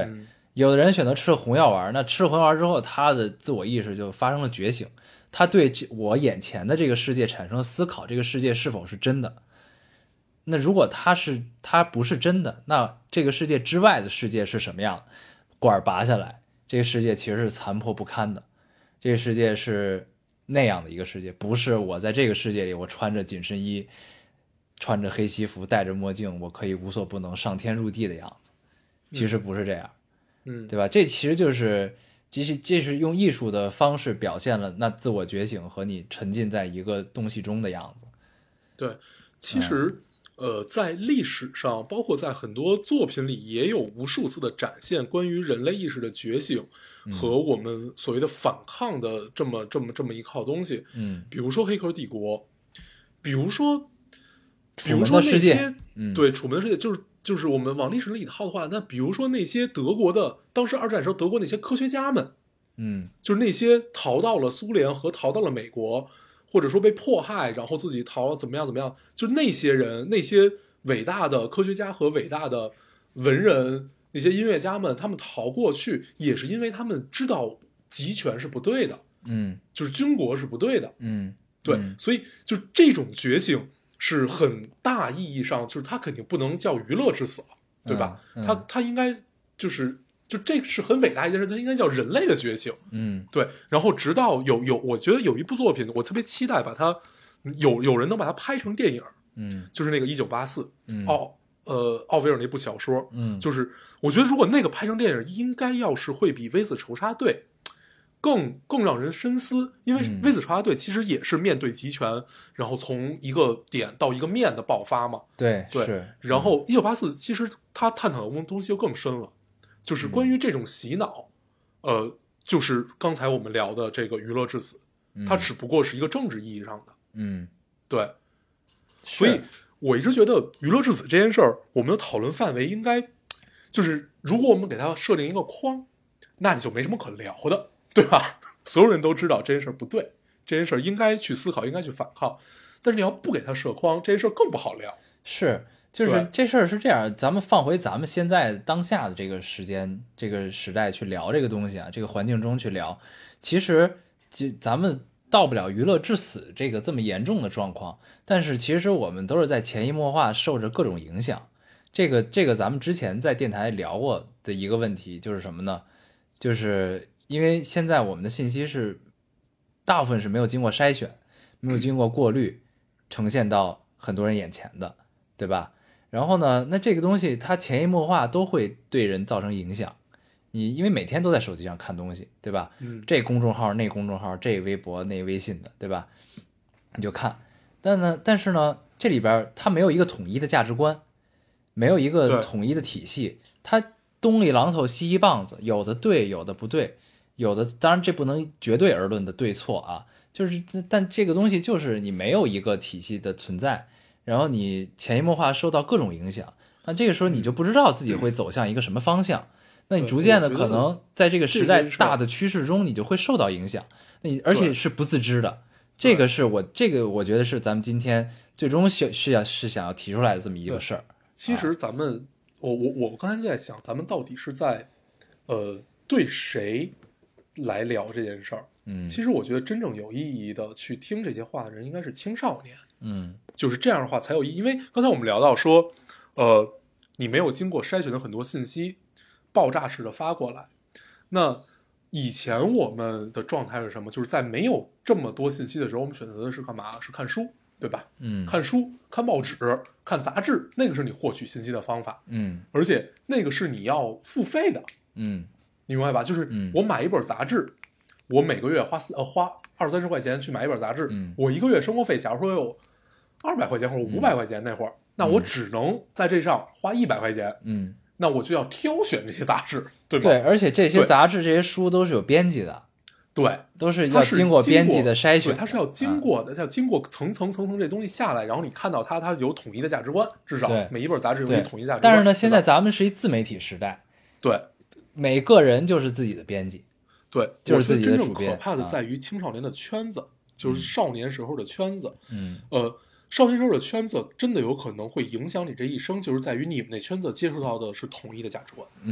有的人选择吃了红药丸，那吃了红药丸之后，他的自我意识就发生了觉醒，他对这我眼前的这个世界产生了思考，这个世界是否是真的？那如果它是它不是真的，那这个世界之外的世界是什么样？管拔下来，这个世界其实是残破不堪的，这个世界是那样的一个世界，不是我在这个世界里，我穿着紧身衣，穿着黑西服，戴着墨镜，我可以无所不能，上天入地的样子。其实不是这样， 嗯， 对吧？这其实就是，其实这是用艺术的方式表现了那自我觉醒和你沉浸在一个东西中的样子。 对，其实。嗯呃，在历史上，包括在很多作品里，也有无数次的展现关于人类意识的觉醒和我们所谓的反抗的这么这么这么一套东西。 嗯， 比如说《黑客帝国》，比如说，比如说那些， 嗯， 对，楚门的世界，就是就是我们往历史里套的话，那比如说那些德国的，当时二战时候德国那些科学家们， 嗯， 就是那些逃到了苏联和逃到了美国。或者说被迫害，然后自己逃了，怎么样怎么样？就那些人，那些伟大的科学家和伟大的文人，那些音乐家们，他们逃过去，也是因为他们知道集权是不对的， 嗯， 就是军国是不对的， 嗯， 对， 嗯所以就这种觉醒是很大意义上，就是他肯定不能叫娱乐至死了，对吧？ 嗯嗯、 他他应该就是。就这是很伟大一件事，它应该叫人类的觉醒。 嗯， 对。然后直到有有，我觉得有一部作品，我特别期待把它有有人能把它拍成电影。 嗯， 就是那个一九八四， 嗯， 奥呃奥威尔那部小说。 嗯， 就是我觉得如果那个拍成电影，应该要是会比《微子仇杀队》更更让人深思，因为《微子仇杀队》其实也是面对集权，然后从一个点到一个面的爆发嘛。 对对。 是然后一九八四其实他探讨的东西就更深了。就是关于这种洗脑，嗯、呃，就是刚才我们聊的这个娱乐至死，嗯、它只不过是一个政治意义上的， 嗯， 对。所以我一直觉得娱乐至死这件事儿，我们的讨论范围应该就是，如果我们给它设定一个框，那你就没什么可聊的，对吧？所有人都知道这件事儿不对，这件事儿应该去思考，应该去反抗。但是你要不给它设框，这件事儿更不好聊。 是。就是这事儿是这样，咱们放回咱们现在当下的这个时间、这个时代去聊这个东西啊，这个环境中去聊，其实就咱们到不了娱乐至死这个这么严重的状况，但是其实我们都是在潜移默化受着各种影响。这个这个咱们之前在电台聊过的一个问题就是什么呢？就是因为现在我们的信息是大部分是没有经过筛选、没有经过过滤，呈现到很多人眼前的，对吧？然后呢，那这个东西它潜移默化都会对人造成影响。你因为每天都在手机上看东西，对吧？ 嗯， 这公众号那公众号，这微博那微信的，对吧？你就看，但呢，但是呢，这里边它没有一个统一的价值观，没有一个统一的体系，它东一榔头西一棒子，有的对，有的不对，有的当然这不能绝对而论的对错啊，就是但这个东西就是你没有一个体系的存在。然后你潜移默化受到各种影响，那这个时候你就不知道自己会走向一个什么方向，那你逐渐的可能在这个时代大的趋势中，你就会受到影响，那你而且是不自知的。这个是我这个我觉得是咱们今天最终是是要是想要提出来的这么一个事儿。 其实咱们，我我我刚才就在想，咱们到底是在呃对谁来聊这件事儿？嗯，其实我觉得真正有意义的去听这些话的人，应该是青少年。 嗯， 就是这样的话才有意义，因为刚才我们聊到说，呃，你没有经过筛选的很多信息，爆炸式的发过来。那以前我们的状态是什么？就是在没有这么多信息的时候，我们选择的是干嘛？是看书，对吧？ 嗯， 看书、看报纸、看杂志，那个是你获取信息的方法。 嗯， 而且那个是你要付费的。 嗯， 你明白吧？就是我买一本杂志，我每个月花四呃花二三十块钱去买一本杂志， 嗯， 我一个月生活费，假如说有二百块钱或者五百块钱那会儿，嗯、那我只能在这上花一百块钱。 嗯， 那我就要挑选这些杂志，对吧？ 对，而且这些杂志、这些书都是有编辑的， 对， 都是要经过编辑的筛选， 对，它是要经过的，它、嗯、要经过层层层层这东西下来，然后你看到它，它有统一的价值观，至少每一本杂志有一统一价值观。 但是呢，现在咱们是一自媒体时代， 对， 每个人就是自己的编辑， 对， 就是自己的主编。 真正可怕的在于青少年的圈子，啊、就是少年时候的圈子， 嗯， 呃。少年时候的圈子真的有可能会影响你这一生，就是在于你们那圈子接触到的是统一的价值观。 嗯，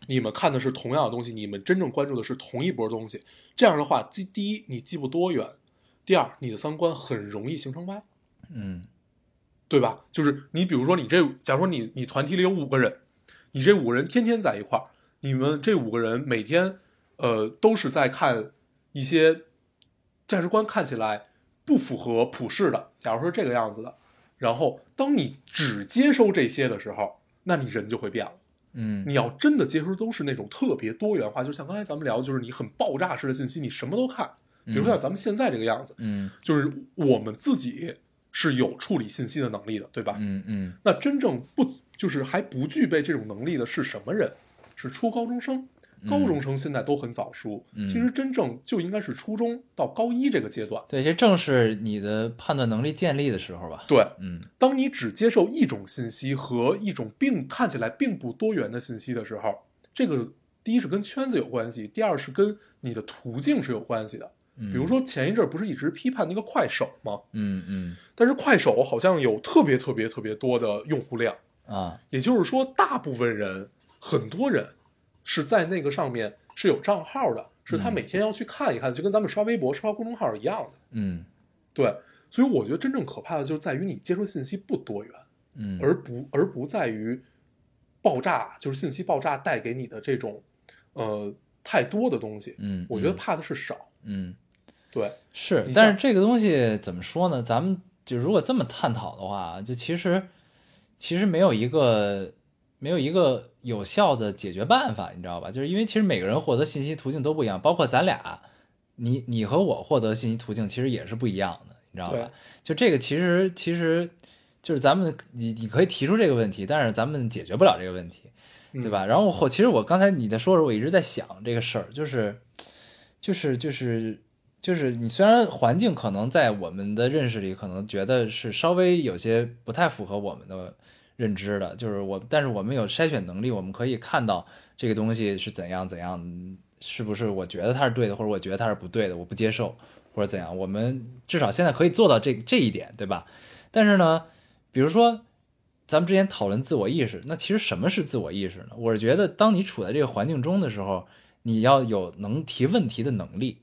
你们看的是同样的东西，你们真正关注的是同一波东西。这样的话，第第一，你既不多元；第二，你的三观很容易形成歪， 嗯， 对吧？就是你比如说，你这，假如说你你团体里有五个人，你这五个人天天在一块儿，你们这五个人每天呃都是在看一些价值观看起来不符合普世的，假如说这个样子的，然后当你只接收这些的时候，那你人就会变了。 嗯， 你要真的接收都是那种特别多元化，就像刚才咱们聊的，就是你很爆炸式的信息，你什么都看。比如说像咱们现在这个样子， 嗯， 就是我们自己是有处理信息的能力的，对吧？ 嗯嗯， 那真正不就是还不具备这种能力的是什么人？是初高中生。高中生现在都很早熟， 嗯、 其实真正就应该是初中到高一这个阶段。 对，这正是你的判断能力建立的时候吧？ 对， 嗯， 当你只接受一种信息和一种并看起来并不多元的信息的时候，这个第一是跟圈子有关系，第二是跟你的途径是有关系的。 嗯、 比如说前一阵不是一直批判那个快手吗？ 嗯嗯， 但是快手好像有特别特别特别多的用户量啊， 也就是说，大部分人，很多人是在那个上面是有账号的，是他每天要去看一看，就跟咱们刷微博、刷公众号一样的。 嗯， 对，所以我觉得真正可怕的就是在于你接收信息不多元， 嗯， 而不而不在于爆炸，就是信息爆炸带给你的这种呃太多的东西。 嗯， 我觉得怕的是少。 嗯， 对， 是，但是这个东西怎么说呢？咱们就如果这么探讨的话，就其实其实没有一个没有一个有效的解决办法，你知道吧？就是因为其实每个人获得信息途径都不一样，包括咱俩，你你和我获得信息途径其实也是不一样的，你知道吧？就这个其实其实就是咱们你你可以提出这个问题，但是咱们解决不了这个问题，对吧？嗯、然后我其实我刚才你在说的时候，我一直在想这个事儿，就是就是就是就是你虽然环境可能在我们的认识里可能觉得是稍微有些不太符合我们的认知的，就是我，但是我们有筛选能力，我们可以看到这个东西是怎样怎样，是不是我觉得它是对的，或者我觉得它是不对的，我不接受，或者怎样，我们至少现在可以做到这这一点，对吧？但是呢，比如说咱们之前讨论自我意识，那其实什么是自我意识呢？我是觉得，当你处在这个环境中的时候，你要有能提问题的能力，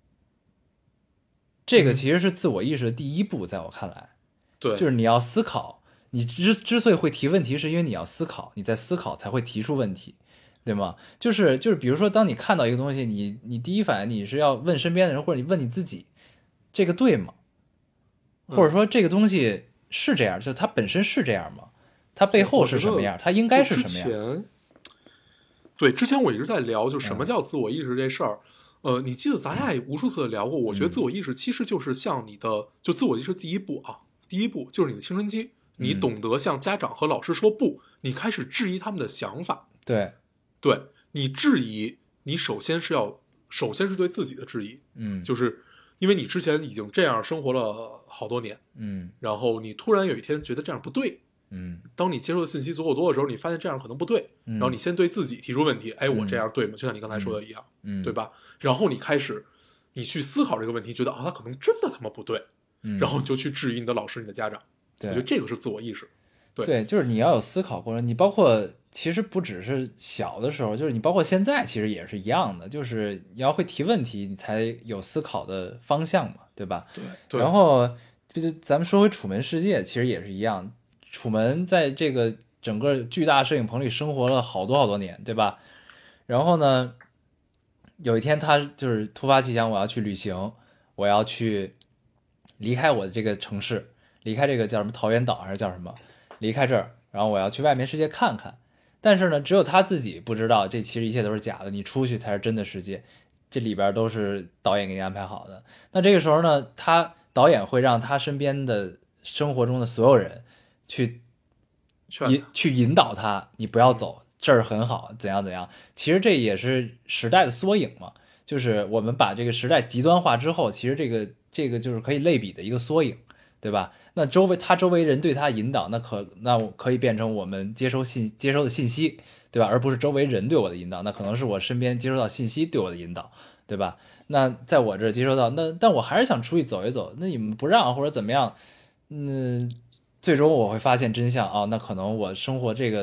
这个其实是自我意识的第一步，在我看来， 对， 就是你要思考。你之之所以会提问题，是因为你要思考，你在思考才会提出问题，对吗？就是就是，比如说，当你看到一个东西，你你第一反应你是要问身边的人，或者你问你自己，这个对吗？或者说这个东西是这样，就它本身是这样吗？它背后是什么样？它应该是什么样？ 对，之前我一直在聊，就什么叫自我意识这事儿。嗯、呃，你记得咱俩也无数次的聊过，我觉得自我意识其实就是像你的，就自我意识第一步啊，第一步就是你的青春期。你懂得向家长和老师说不，你开始质疑他们的想法。 对， 对，你质疑，你首先是要，首先是对自己的质疑。 嗯， 就是因为你之前已经这样生活了好多年， 嗯， 然后你突然有一天觉得这样不对， 嗯， 当你接受的信息足够多的时候，你发现这样可能不对， 嗯、 然后你先对自己提出问题，哎，我这样对吗？就像你刚才说的一样， 嗯， 对吧？然后你开始，你去思考这个问题，觉得啊，他可能真的他妈不对， 嗯， 然后你就去质疑你的老师、你的家长。 对， 我觉得这个是自我意识。对, 对，就是你要有思考过程。你包括其实不只是小的时候，就是你包括现在其实也是一样的，就是你要会提问题，你才有思考的方向嘛，对吧？ 对。对然后就咱们说回楚门世界，其实也是一样。楚门在这个整个巨大摄影棚里生活了好多好多年，对吧？然后呢，有一天他就是突发奇想，我要去旅行，我要去离开我的这个城市，离开这个叫什么桃源岛还是叫什么？离开这儿，然后我要去外面世界看看。但是呢，只有他自己不知道，这其实一切都是假的，你出去才是真的世界，这里边都是导演给你安排好的。那这个时候呢，他导演会让他身边的生活中的所有人去引去引导他，你不要走，这儿很好，怎样怎样。其实这也是时代的缩影嘛，就是我们把这个时代极端化之后，其实这个这个就是可以类比的一个缩影，对吧？那周围他周围人对他引导，那可那可以变成我们接收信接收的信息，对吧？而不是周围人对我的引导，那可能是我身边接收到信息对我的引导，对吧？那在我这接收到，那但我还是想出去走一走，那你们不让或者怎么样，嗯，最终我会发现真相啊、哦，那可能我生活这个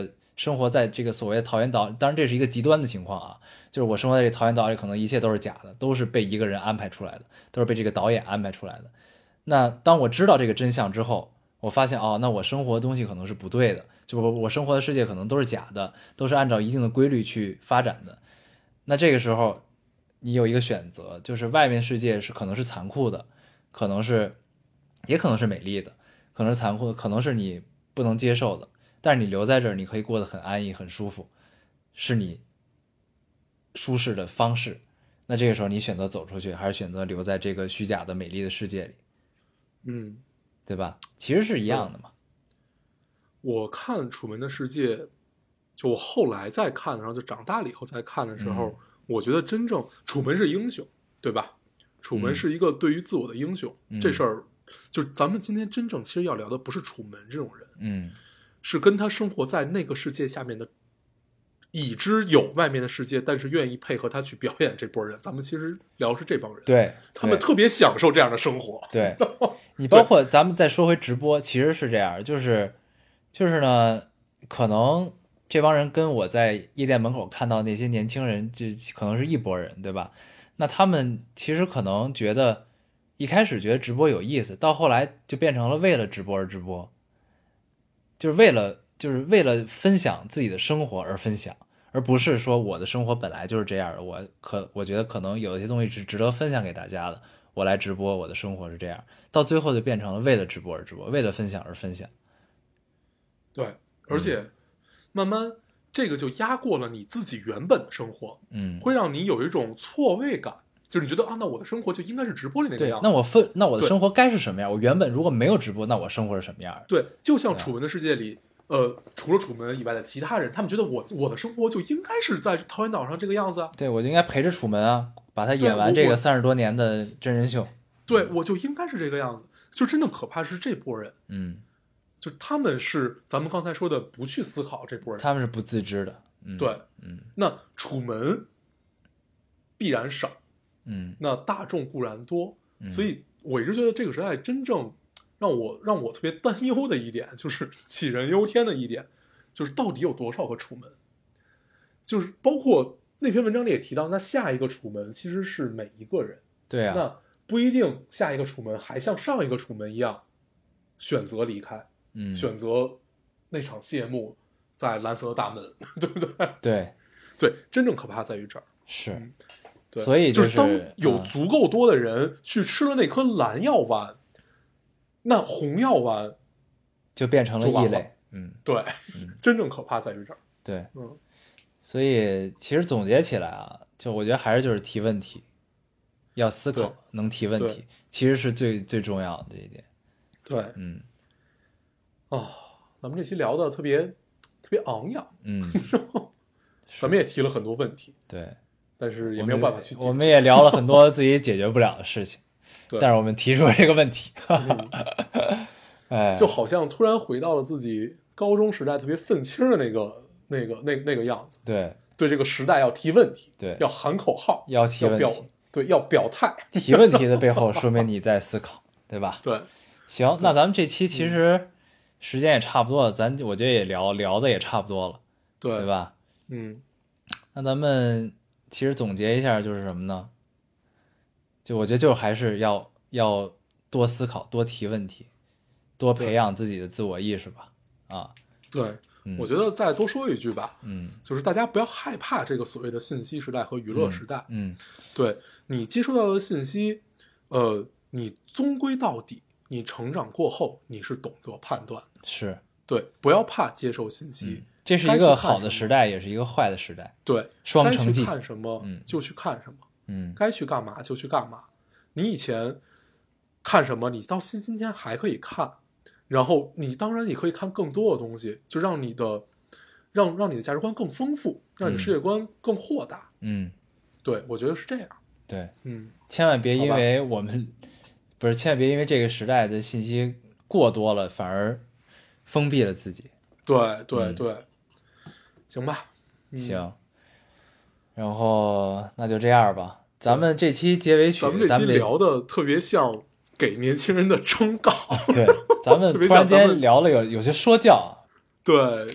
生活在这个所谓的桃源岛，当然这是一个极端的情况啊，就是我生活在这个桃源岛里，可能一切都是假的，都是被一个人安排出来的，都是被这个导演安排出来的。那当我知道这个真相之后，我发现哦，那我生活的东西可能是不对的，就我我生活的世界可能都是假的，都是按照一定的规律去发展的。那这个时候你有一个选择，就是外面世界是可能是残酷的，可能是也可能是美丽的，可能是残酷的，可能是你不能接受的，但是你留在这儿，你可以过得很安逸很舒服，是你舒适的方式。那这个时候你选择走出去，还是选择留在这个虚假的美丽的世界里？ 嗯， 对吧？其实是一样的嘛。 我看《楚门的世界》，就我后来再看，然后就长大了以后再看的时候，嗯、我觉得真正楚门是英雄，对吧？楚门是一个对于自我的英雄，嗯、这事儿就是咱们今天真正其实要聊的不是楚门这种人， 嗯， 是跟他生活在那个世界下面的，已知有外面的世界，但是愿意配合他去表演这波人。咱们其实聊的是这帮人， 对， 他们特别享受这样的生活。 对，你包括咱们再说回直播，其实是这样，就是就是呢，可能这帮人跟我在夜店门口看到那些年轻人，就可能是一拨人，对吧？那他们其实可能觉得一开始觉得直播有意思，到后来就变成了为了直播而直播，就是为了就是为了分享自己的生活而分享，而不是说我的生活本来就是这样的，我可我觉得可能有一些东西是值得分享给大家的，我来直播，我的生活是这样，到最后就变成了为了直播而直播，为了分享而分享。 对，而且慢慢这个就压过了你自己原本的生活， 嗯， 会让你有一种错位感，就是你觉得啊，那我的生活就应该是直播里那个样子。 那我分，那我的生活该是什么样？我原本如果没有直播，那我生活是什么样？ 对，就像楚门的世界里，呃，除了楚门以外的其他人，他们觉得我我的生活就应该是在桃源岛上这个样子啊。 对，我就应该陪着楚门啊，把他演完这个三十多年的真人秀。 对，我就应该是这个样子。就真的可怕是这波人， 嗯。 就他们是咱们刚才说的不去思考这波人， 他们是不自知的，嗯、 对， 嗯， 那楚门必然少， 嗯， 那大众固然多， 嗯、 所以我一直觉得这个时代真正让我让我特别担忧的一点，就是杞人忧天的一点，就是到底有多少个楚门？就是包括那篇文章里也提到，那下一个楚门其实是每一个人， 对啊， 那不一定下一个楚门还像上一个楚门一样选择离开。 嗯， 选择那场谢幕在蓝色的大门，对不对？ 对， 对，真正可怕在于这儿。 是， 嗯、对， 所以就是、就是当有足够多的人去吃了那颗蓝药丸，嗯、那红药丸就变成了异类。嗯， 对，嗯、真正可怕在于这儿。 对， 嗯， 所以其实总结起来啊，就我觉得还是就是提问题，要思考，能提问题，其实是最最重要的这一点。 对， 嗯。 哦，咱们这期聊的特别特别昂扬， 嗯， 咱们也提了很多问题， 对， 但是也没有办法去解决。 我们也聊了很多自己解决不了的事情，但是我们提出了这个问题， 嗯、哎，就好像突然回到了自己高中时代特别愤青的那个那个那那个样子。 对， 对这个时代要提问题， 对， 要喊口号， 要提问题， 要表对，要表态。 提问题的背后说明你在思考，对吧？ 对， 行，那咱们这期其实。嗯时间也差不多了，咱我觉得也聊聊的也差不多了， 对对吧？ 嗯， 那咱们其实总结一下就是什么呢？就我觉得就还是要要多思考，多提问题，多培养自己的自我意识吧。啊， 对， 嗯、 我觉得再多说一句吧， 嗯， 就是大家不要害怕这个所谓的信息时代和娱乐时代， 嗯，嗯对你接收到的信息，呃，你终归到底。你成长过后，你是懂得判断的， 是对，不要怕接受信息、 嗯，这是一个好的时代，也是一个坏的时代， 对， 双城记， 该去看什么、嗯、就去看什么， 嗯， 该去干嘛就去干嘛。你以前看什么，你到今天还可以看，然后你当然也可以看更多的东西，就让你的让让你的价值观更丰富，让你的世界观更豁达。 嗯， 对，我觉得是这样。 对， 嗯， 千万别因为我们。不是，千万别因为这个时代的信息过多了，反而封闭了自己。 对对对、 嗯， 行吧， 嗯、行。然后那就这样吧。咱们这期结尾曲， 咱们这期聊的特别像给年轻人的征稿。 对，咱们突然间聊了有有些说教啊。 对，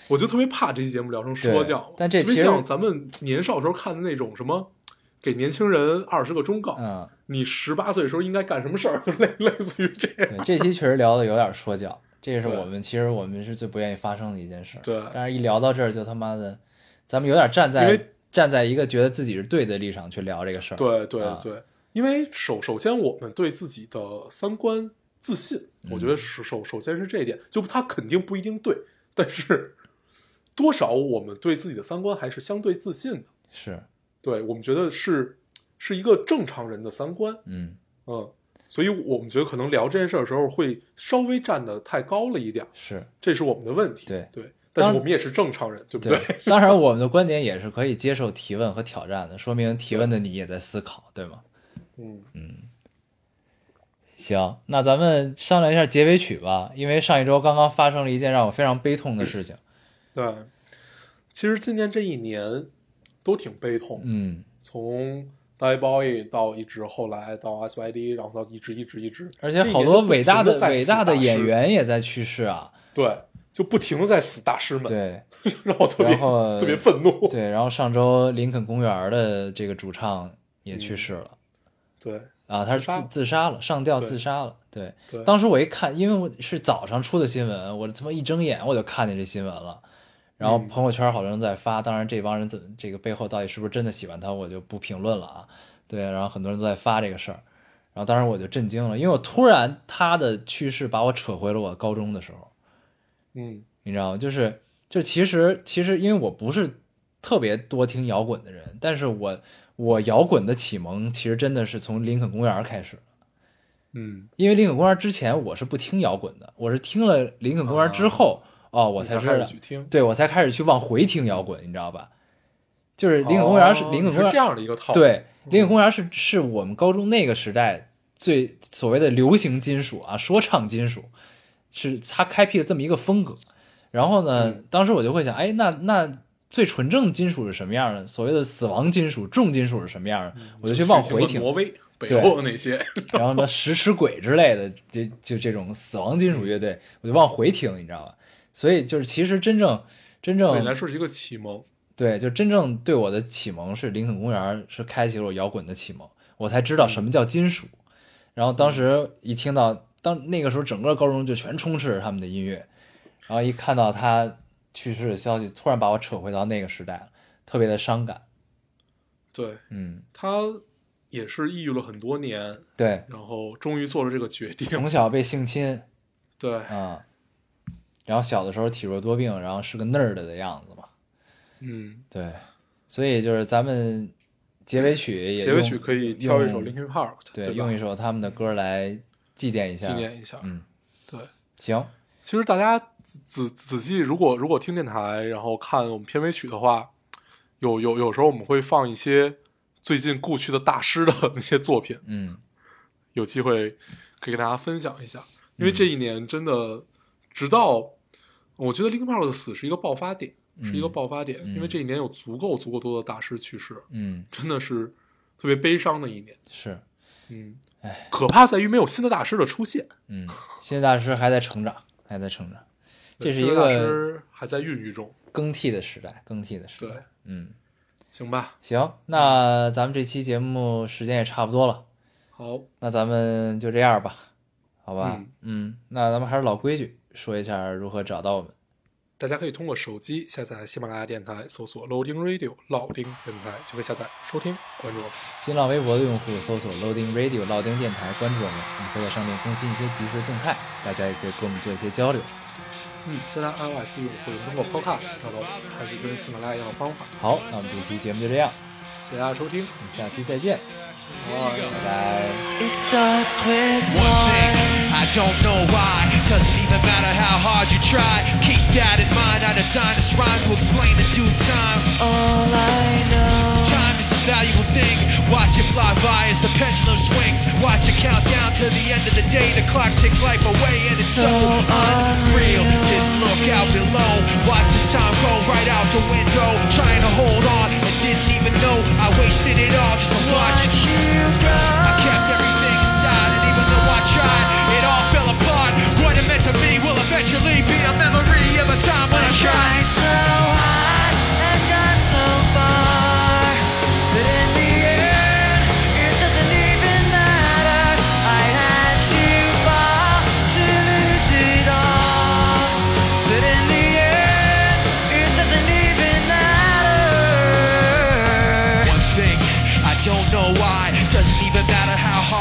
我就特别怕这期节目聊成说教， 但这特别像咱们年少时候看的那种什么给年轻人二十个忠告， 嗯， 你十八岁的时候应该干什么事儿，就类类似于这样。 对，这期确实聊的有点说教，这是我们其实我们是最不愿意发生的一件事。 对， 但是一聊到这儿就他妈的，咱们有点站在站在一个觉得自己是对的立场去聊这个事儿。 对对啊、 对，因为首首先我们对自己的三观自信， 嗯、 我觉得首首首先是这一点，就他肯定不一定对，但是多少我们对自己的三观还是相对自信的。 是。 对，我们觉得是是一个正常人的三观， 嗯嗯，所以我们觉得可能聊这件事的时候会稍微站得太高了一点， 是， 这是我们的问题。 对对，但是我们也是正常人，对不对？ 对当然，我们的观点也是可以接受提问和挑战的，说明提问的你也在思考，对吗？ 嗯嗯。行，那咱们商量一下结尾曲吧，因为上一周刚刚发生了一件让我非常悲痛的事情。 对，其实今年这一年都挺悲痛， 嗯， 从 Die Boy 到一直后来到 S Y D， 然后到一直一直一直， 而且好多伟大的伟大的演员也在去世啊。 对，就不停的在死大师们， 对， 让我特别特别愤怒。 对，然后上周林肯公园的这个主唱也去世了。 嗯、对啊，他是自自杀了，上吊自杀了。对， 对， 当时我一看，因为我是早上出的新闻，我他妈一睁眼我就看见这新闻了。然后朋友圈好多人在发，当然这帮人怎这个背后到底是不是真的喜欢他，我就不评论了啊。对，然后很多人都在发这个事儿，然后当时我就震惊了，因为我突然他的去世把我扯回了我高中的时候。 嗯， 你知道吗？就是就其实其实因为我不是特别多听摇滚的人，但是我我摇滚的启蒙其实真的是从林肯公园开始。 嗯， 因为林肯公园之前我是不听摇滚的，我是听了林肯公园之后。啊哦，我才知道，对我才开始去往回听摇滚，你知道吧？就是林肯公园是、哦、林肯公园是这样的一个套路。 对，林肯公园是是我们高中那个时代最所谓的流行金属啊，说唱金属，是他开辟了这么一个风格。然后呢，嗯、当时我就会想，哎，那那最纯正的金属是什么样的？所谓的死亡金属、重金属是什么样的？嗯、我就去往回听。 挪威、北欧那些， 然后呢，食尸鬼之类的，就就这种死亡金属乐队，我就往回听，你知道吧？所以就是其实真正真正对你来说是一个启蒙， 对，就真正对我的启蒙是林肯公园，是开启了我摇滚的启蒙，我才知道什么叫金属。嗯、然后当时一听到，当那个时候整个高中就全充斥着他们的音乐，然后一看到他去世的消息，突然把我扯回到那个时代了，特别的伤感。 对， 嗯， 他也是抑郁了很多年， 对， 然后终于做了这个决定。 从小被性侵， 对， 啊、嗯。然后小的时候体弱多病，然后是个 nerd 的样子嘛， 嗯， 对，所以就是咱们结尾曲也结尾曲可以挑一首 Linkin Park， 对， 对， 用一首他们的歌来祭奠一下， 纪念一下， 嗯， 对， 行。 其实大家仔仔细，如果如果听电台，然后看我们片尾曲的话，有有有时候我们会放一些最近故去的大师的那些作品， 嗯， 有机会可以跟大家分享一下，因为这一年真的。直到我觉得 Linkin Park 的死是一个爆发点， 嗯、 是一个爆发点、 嗯， 因为这一年有足够足够多的大师去世， 嗯， 真的是特别悲伤的一年。 是， 嗯， 哎， 可怕在于没有新的大师的出现。 嗯，新的大师还在成长，还在成长，这是一个大师还在孕育中， 更替的时代，更替的时代。 对， 嗯， 行吧， 行，那咱们这期节目时间也差不多了， 好， 那咱们就这样吧，好吧， 嗯， 嗯那咱们还是老规矩。说一下如何找到我们。 大家可以通过手机下载喜马拉雅电台，搜索 Loading Radio 老丁电台就可以下载收听，关注我们。 新浪微博的用户搜索 Loading Radio 老丁电台，关注我们，我们会在上面更新一些即时动态，大家也可以跟我们做一些交流。 嗯，现在 iOS 的用户通过 Podcast 找到我们，还是跟喜马拉雅一样的方法。 好，那我们这期节目就这样， 谢谢大家收听， 我们下期再见。 拜拜。 It starts with one thing, I don't know why. Doesn't even matter how hard you try. Keep that in mind. I designed this rhyme to explain in due time. All I know, time is a valuable thing. Watch it fly by as the pendulum swings. Watch it count down to the end of the day. The clock takes life away and it's so, so unreal. Didn't look out below. Watch the time go right out the window. Trying to hold on and didn't even know I wasted it all just to watch, watch you go. I kept everything inside, and even though I tried, it all fell apart. What it meant to be will eventually be a memory of a time when I tried so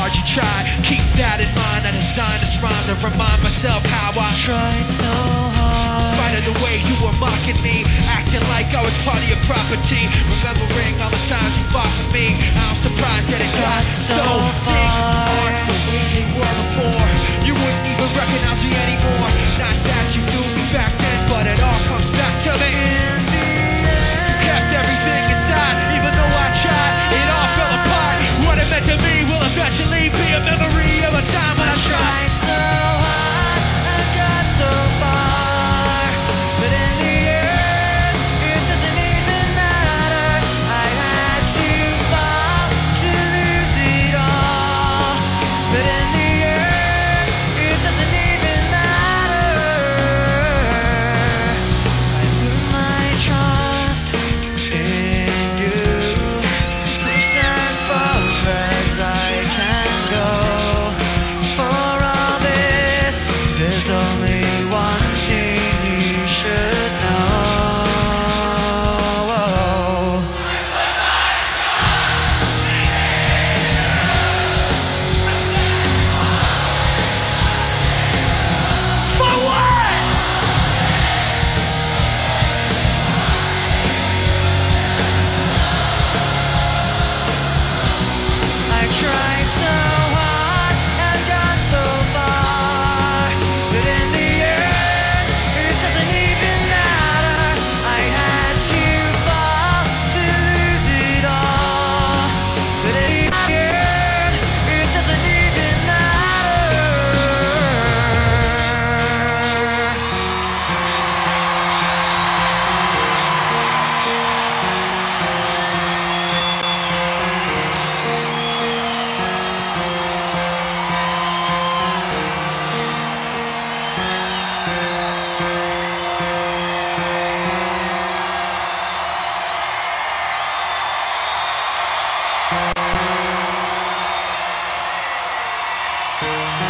hard you try. Keep that in mind. I designed this rhyme to remind myself how I tried so hard. In spite of the way you were mocking me, acting like I was part of your property, remembering all the times you fought with me. I'm surprised that it got so far. Things aren't the way they were before. You wouldn't even recognize me anymore. Not that you knew me back then, but it all comes back to me. In the end, kept everything inside, even though I tried, it all fell apart. What it meant to me will eventually be a memory of a time when I tried so hard and got so far, but in the end, it doesn't even matter. I had to fall to lose it all, but in the end, it doesn't even matter. I put my trust in you, pushed as far as I can go. For all this, there's only one thing you should know. For what? I tried so hard and got so far, but in the end, it doesn't even matter. I had to fall to lose it all, but in the end, it doesn't even matter. Thank